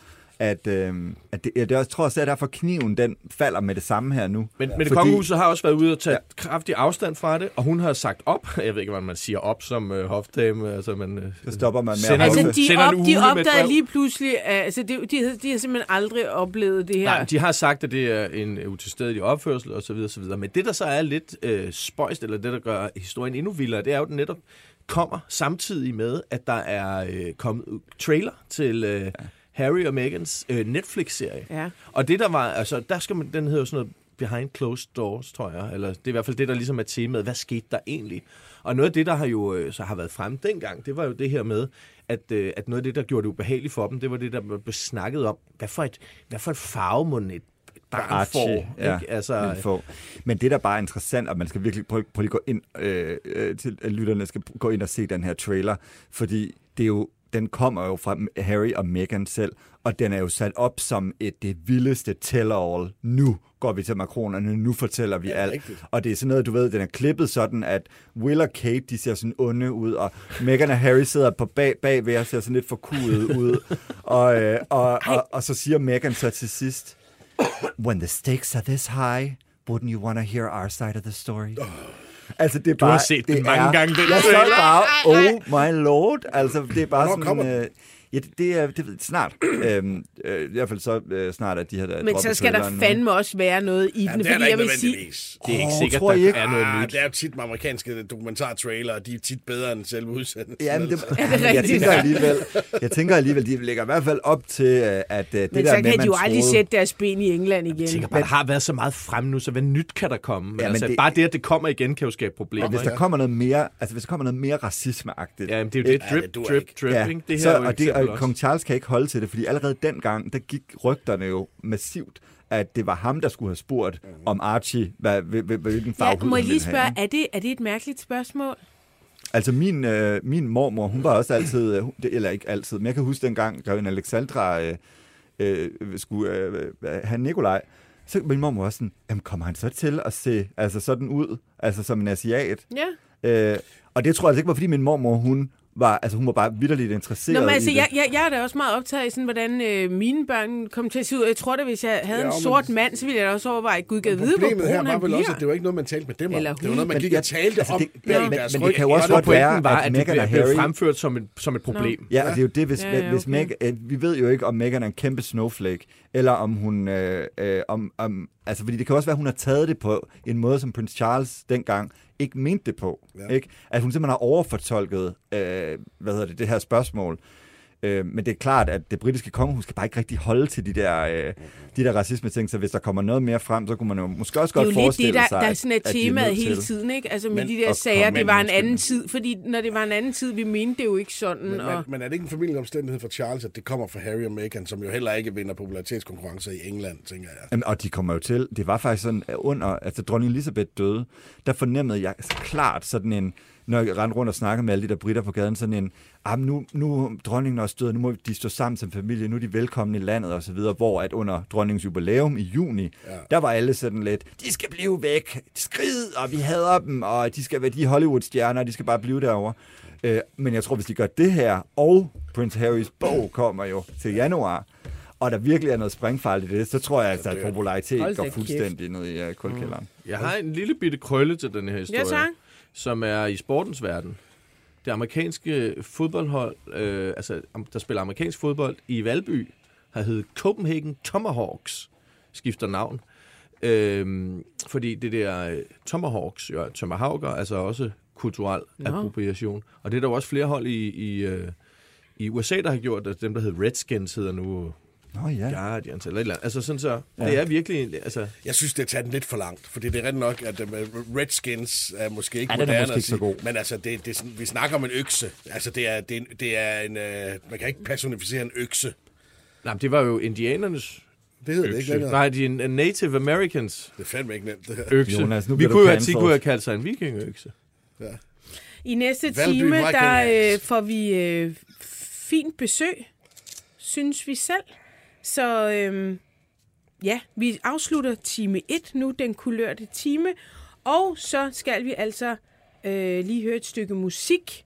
Jeg tror også, at derfor kniven den falder med det samme her nu. Men det kongehuset har også været ude og tage kraftig afstand fra det, og hun har sagt op. Jeg ved ikke, hvordan man siger op som hofdame. Altså, så stopper man med de opdagede lige pludselig, altså de har simpelthen aldrig oplevet det her. Nej, de har sagt, at det er en utilstedelig opførsel osv. Men det, der så er lidt spøjst, eller det, der gør historien endnu vildere, det er jo, den netop kommer samtidig med, at der er kommet trailer til... Harry og Megans Netflix-serie. Ja. Og det der var, altså der skal man, den hedder jo sådan noget Behind Closed Doors, tror jeg, eller det er i hvert fald det, der ligesom er temaet, hvad skete der egentlig? Og noget af det, der har jo så har været fremme dengang, det var jo det her med, at noget af det, der gjorde det ubehageligt for dem, det var det, der blev snakket om, hvad for et farve må et barn får. Ja, altså, men det, der bare er interessant, at man skal virkelig prøve at gå ind, til at lytterne skal gå ind og se den her trailer, fordi det er jo den kommer jo fra Harry og Meghan selv, og den er jo sat op som det vildeste tell-all. Nu går vi til makronerne, nu fortæller vi alt. Rigtigt. Og det er sådan noget, du ved, den er klippet sådan, at Will og Kate, de ser sådan onde ud, og Meghan og Harry sidder på bagved og ser sådan lidt forkudet ud. Og så siger Meghan så til sidst, when the stakes are this high, wouldn't you want to hear our side of the story? Altså, det er bare, du har set det mange gange. Jeg så bare, oh my lord. Altså, det er bare sådan... Ja, det er snart. I hvert fald så snart, at de her... Men så skal der fandme også være noget i den, fordi jeg vil sige... Det er ikke sikkert, der er noget nyt. Det er jo tit med amerikanske dokumentartrailer, og de er tit bedre end selve udsendelsen. Ja, men jeg tænker alligevel, de lægger i hvert fald op til, at det men der med, man kan de jo aldrig sætte deres ben i England igen. Jeg tænker bare, der har været så meget frem nu, så hvad nyt kan der komme? Ja, altså, bare det, at det kommer igen, kan jo skabe problemer. Hvis der kommer noget mere, altså hvis der kommer noget mere racismeagtigt. Ja, det er jo det dripping. Det her og kong Charles kan ikke holde til det, fordi allerede dengang, der gik rygterne jo massivt, at det var ham, der skulle have spurgt om Archie, hvilken farve må jeg lige spørge, er det et mærkeligt spørgsmål? Altså min mormor, hun var også altid, eller ikke altid, men jeg kan huske dengang, grevinde Alexandra skulle have Nikolaj, så min mormor også sådan, jamen kommer han så til at se altså sådan ud, altså som en asiat? Ja. Og det tror jeg altså ikke var, fordi min mormor, hun hun var bare vitterligt interesseret Nå, men altså, i det. jeg er da også meget optaget i, sådan, hvordan mine børn kom til at se ud. Jeg tror da, hvis jeg havde en sort mand, så ville jeg da også overveje, at Gud gav vide, hvor problemet her brun var han vel bliver. også, at det var ikke noget, man talte med dem om. Eller Det var noget, man gik og talte om. Men Det det kan jo også godt være, var, at at Meghan og det blev Harry... fremført som et problem. Ja, og det er jo det, hvis okay. Meghan... Vi ved jo ikke, om Meghan er en kæmpe snowflake, eller om hun... altså, fordi det kan også være, at hun har taget det på en måde, som Prince Charles dengang ikke mente det på. Ja. Ikke? At hun simpelthen har overfortolket det her spørgsmål. Men det er klart, at det britiske kongehus kan bare ikke rigtig holde til de der racisme-ting, så hvis der kommer noget mere frem, så kunne man jo måske også godt forestille sig, det er jo lidt det, der er sådan et temaet hele tiden, ikke? Altså med de der sager, det var en anden tid, fordi når det var en anden tid, vi mente det jo ikke sådan. Men er det ikke en familieomstændighed for Charles, at det kommer fra Harry og Meghan, som jo heller ikke vinder popularitetskonkurrencer i England, tænker jeg? Jamen, og de kommer jo til, det var faktisk sådan, altså dronning Elizabeth døde, der fornemmede jeg klart sådan en, når jeg rendte rundt og snakkede med alle de der britter på gaden, sådan en, nu dronningen er også død, nu må de stå sammen som familie, nu er de velkomne i landet og så videre, hvor at under dronningens jubilæum i juni, der var alle sådan lidt, de skal blive væk, skrid, og vi hader dem, og de skal være de Hollywood-stjerner, de skal bare blive derovre. Men jeg tror, hvis de gør det her, og Prince Harrys bog kommer jo til januar, og der virkelig er noget sprængfarligt i det, så tror jeg, at popularitet går fuldstændig ned i kulkælderen. Jeg har en lille bitte krølle til den her historie. Ja, tak. Som er i sportens verden. Det amerikanske fodboldhold, der spiller amerikansk fodbold i Valby, har heddet Copenhagen Tomahawks, skifter navn. Fordi det der Tomahawks, jo tomahawker, altså også kulturel appropriation. Og det er der jo også flere hold i USA, der har gjort, at dem, der hedder Redskins, hedder nu... Guardians eller et eller andet. Altså sådan så, det er virkelig... Altså... Jeg synes, det er taget den lidt for langt, fordi det er ret nok, at Redskins er måske ikke moderne at sige, men altså, vi snakker om en økse. Altså, det er en... man kan ikke personificere en økse. Nej, men det var jo indianernes det hedder økse. Det ikke længere. Nej, de Native Americans. Det er fandme ikke nemt, det her. Økse. Jonas, vi kunne have kaldt sig en vikingøkse. Ja. I næste time, der får vi fint besøg, synes vi selv. Så vi afslutter time 1 nu, den kulørte time, og så skal vi altså lige høre et stykke musik.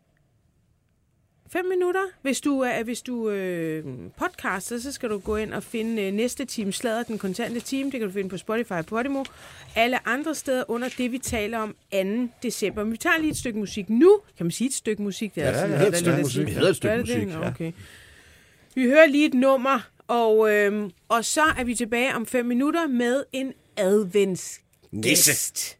5 minutter. Hvis du podcaster, så skal du gå ind og finde næste time Sladder, den kontante time. Det kan du finde på Spotify og Podimo. Alle andre steder under det, vi taler om 2. december. Men vi tager lige et stykke musik nu. Kan man sige et stykke musik? Det er et stykke musik. Vi hedder et stykke musik. Okay. Vi hører lige et nummer, og så er vi tilbage om 5 minutter med en adventsgæst.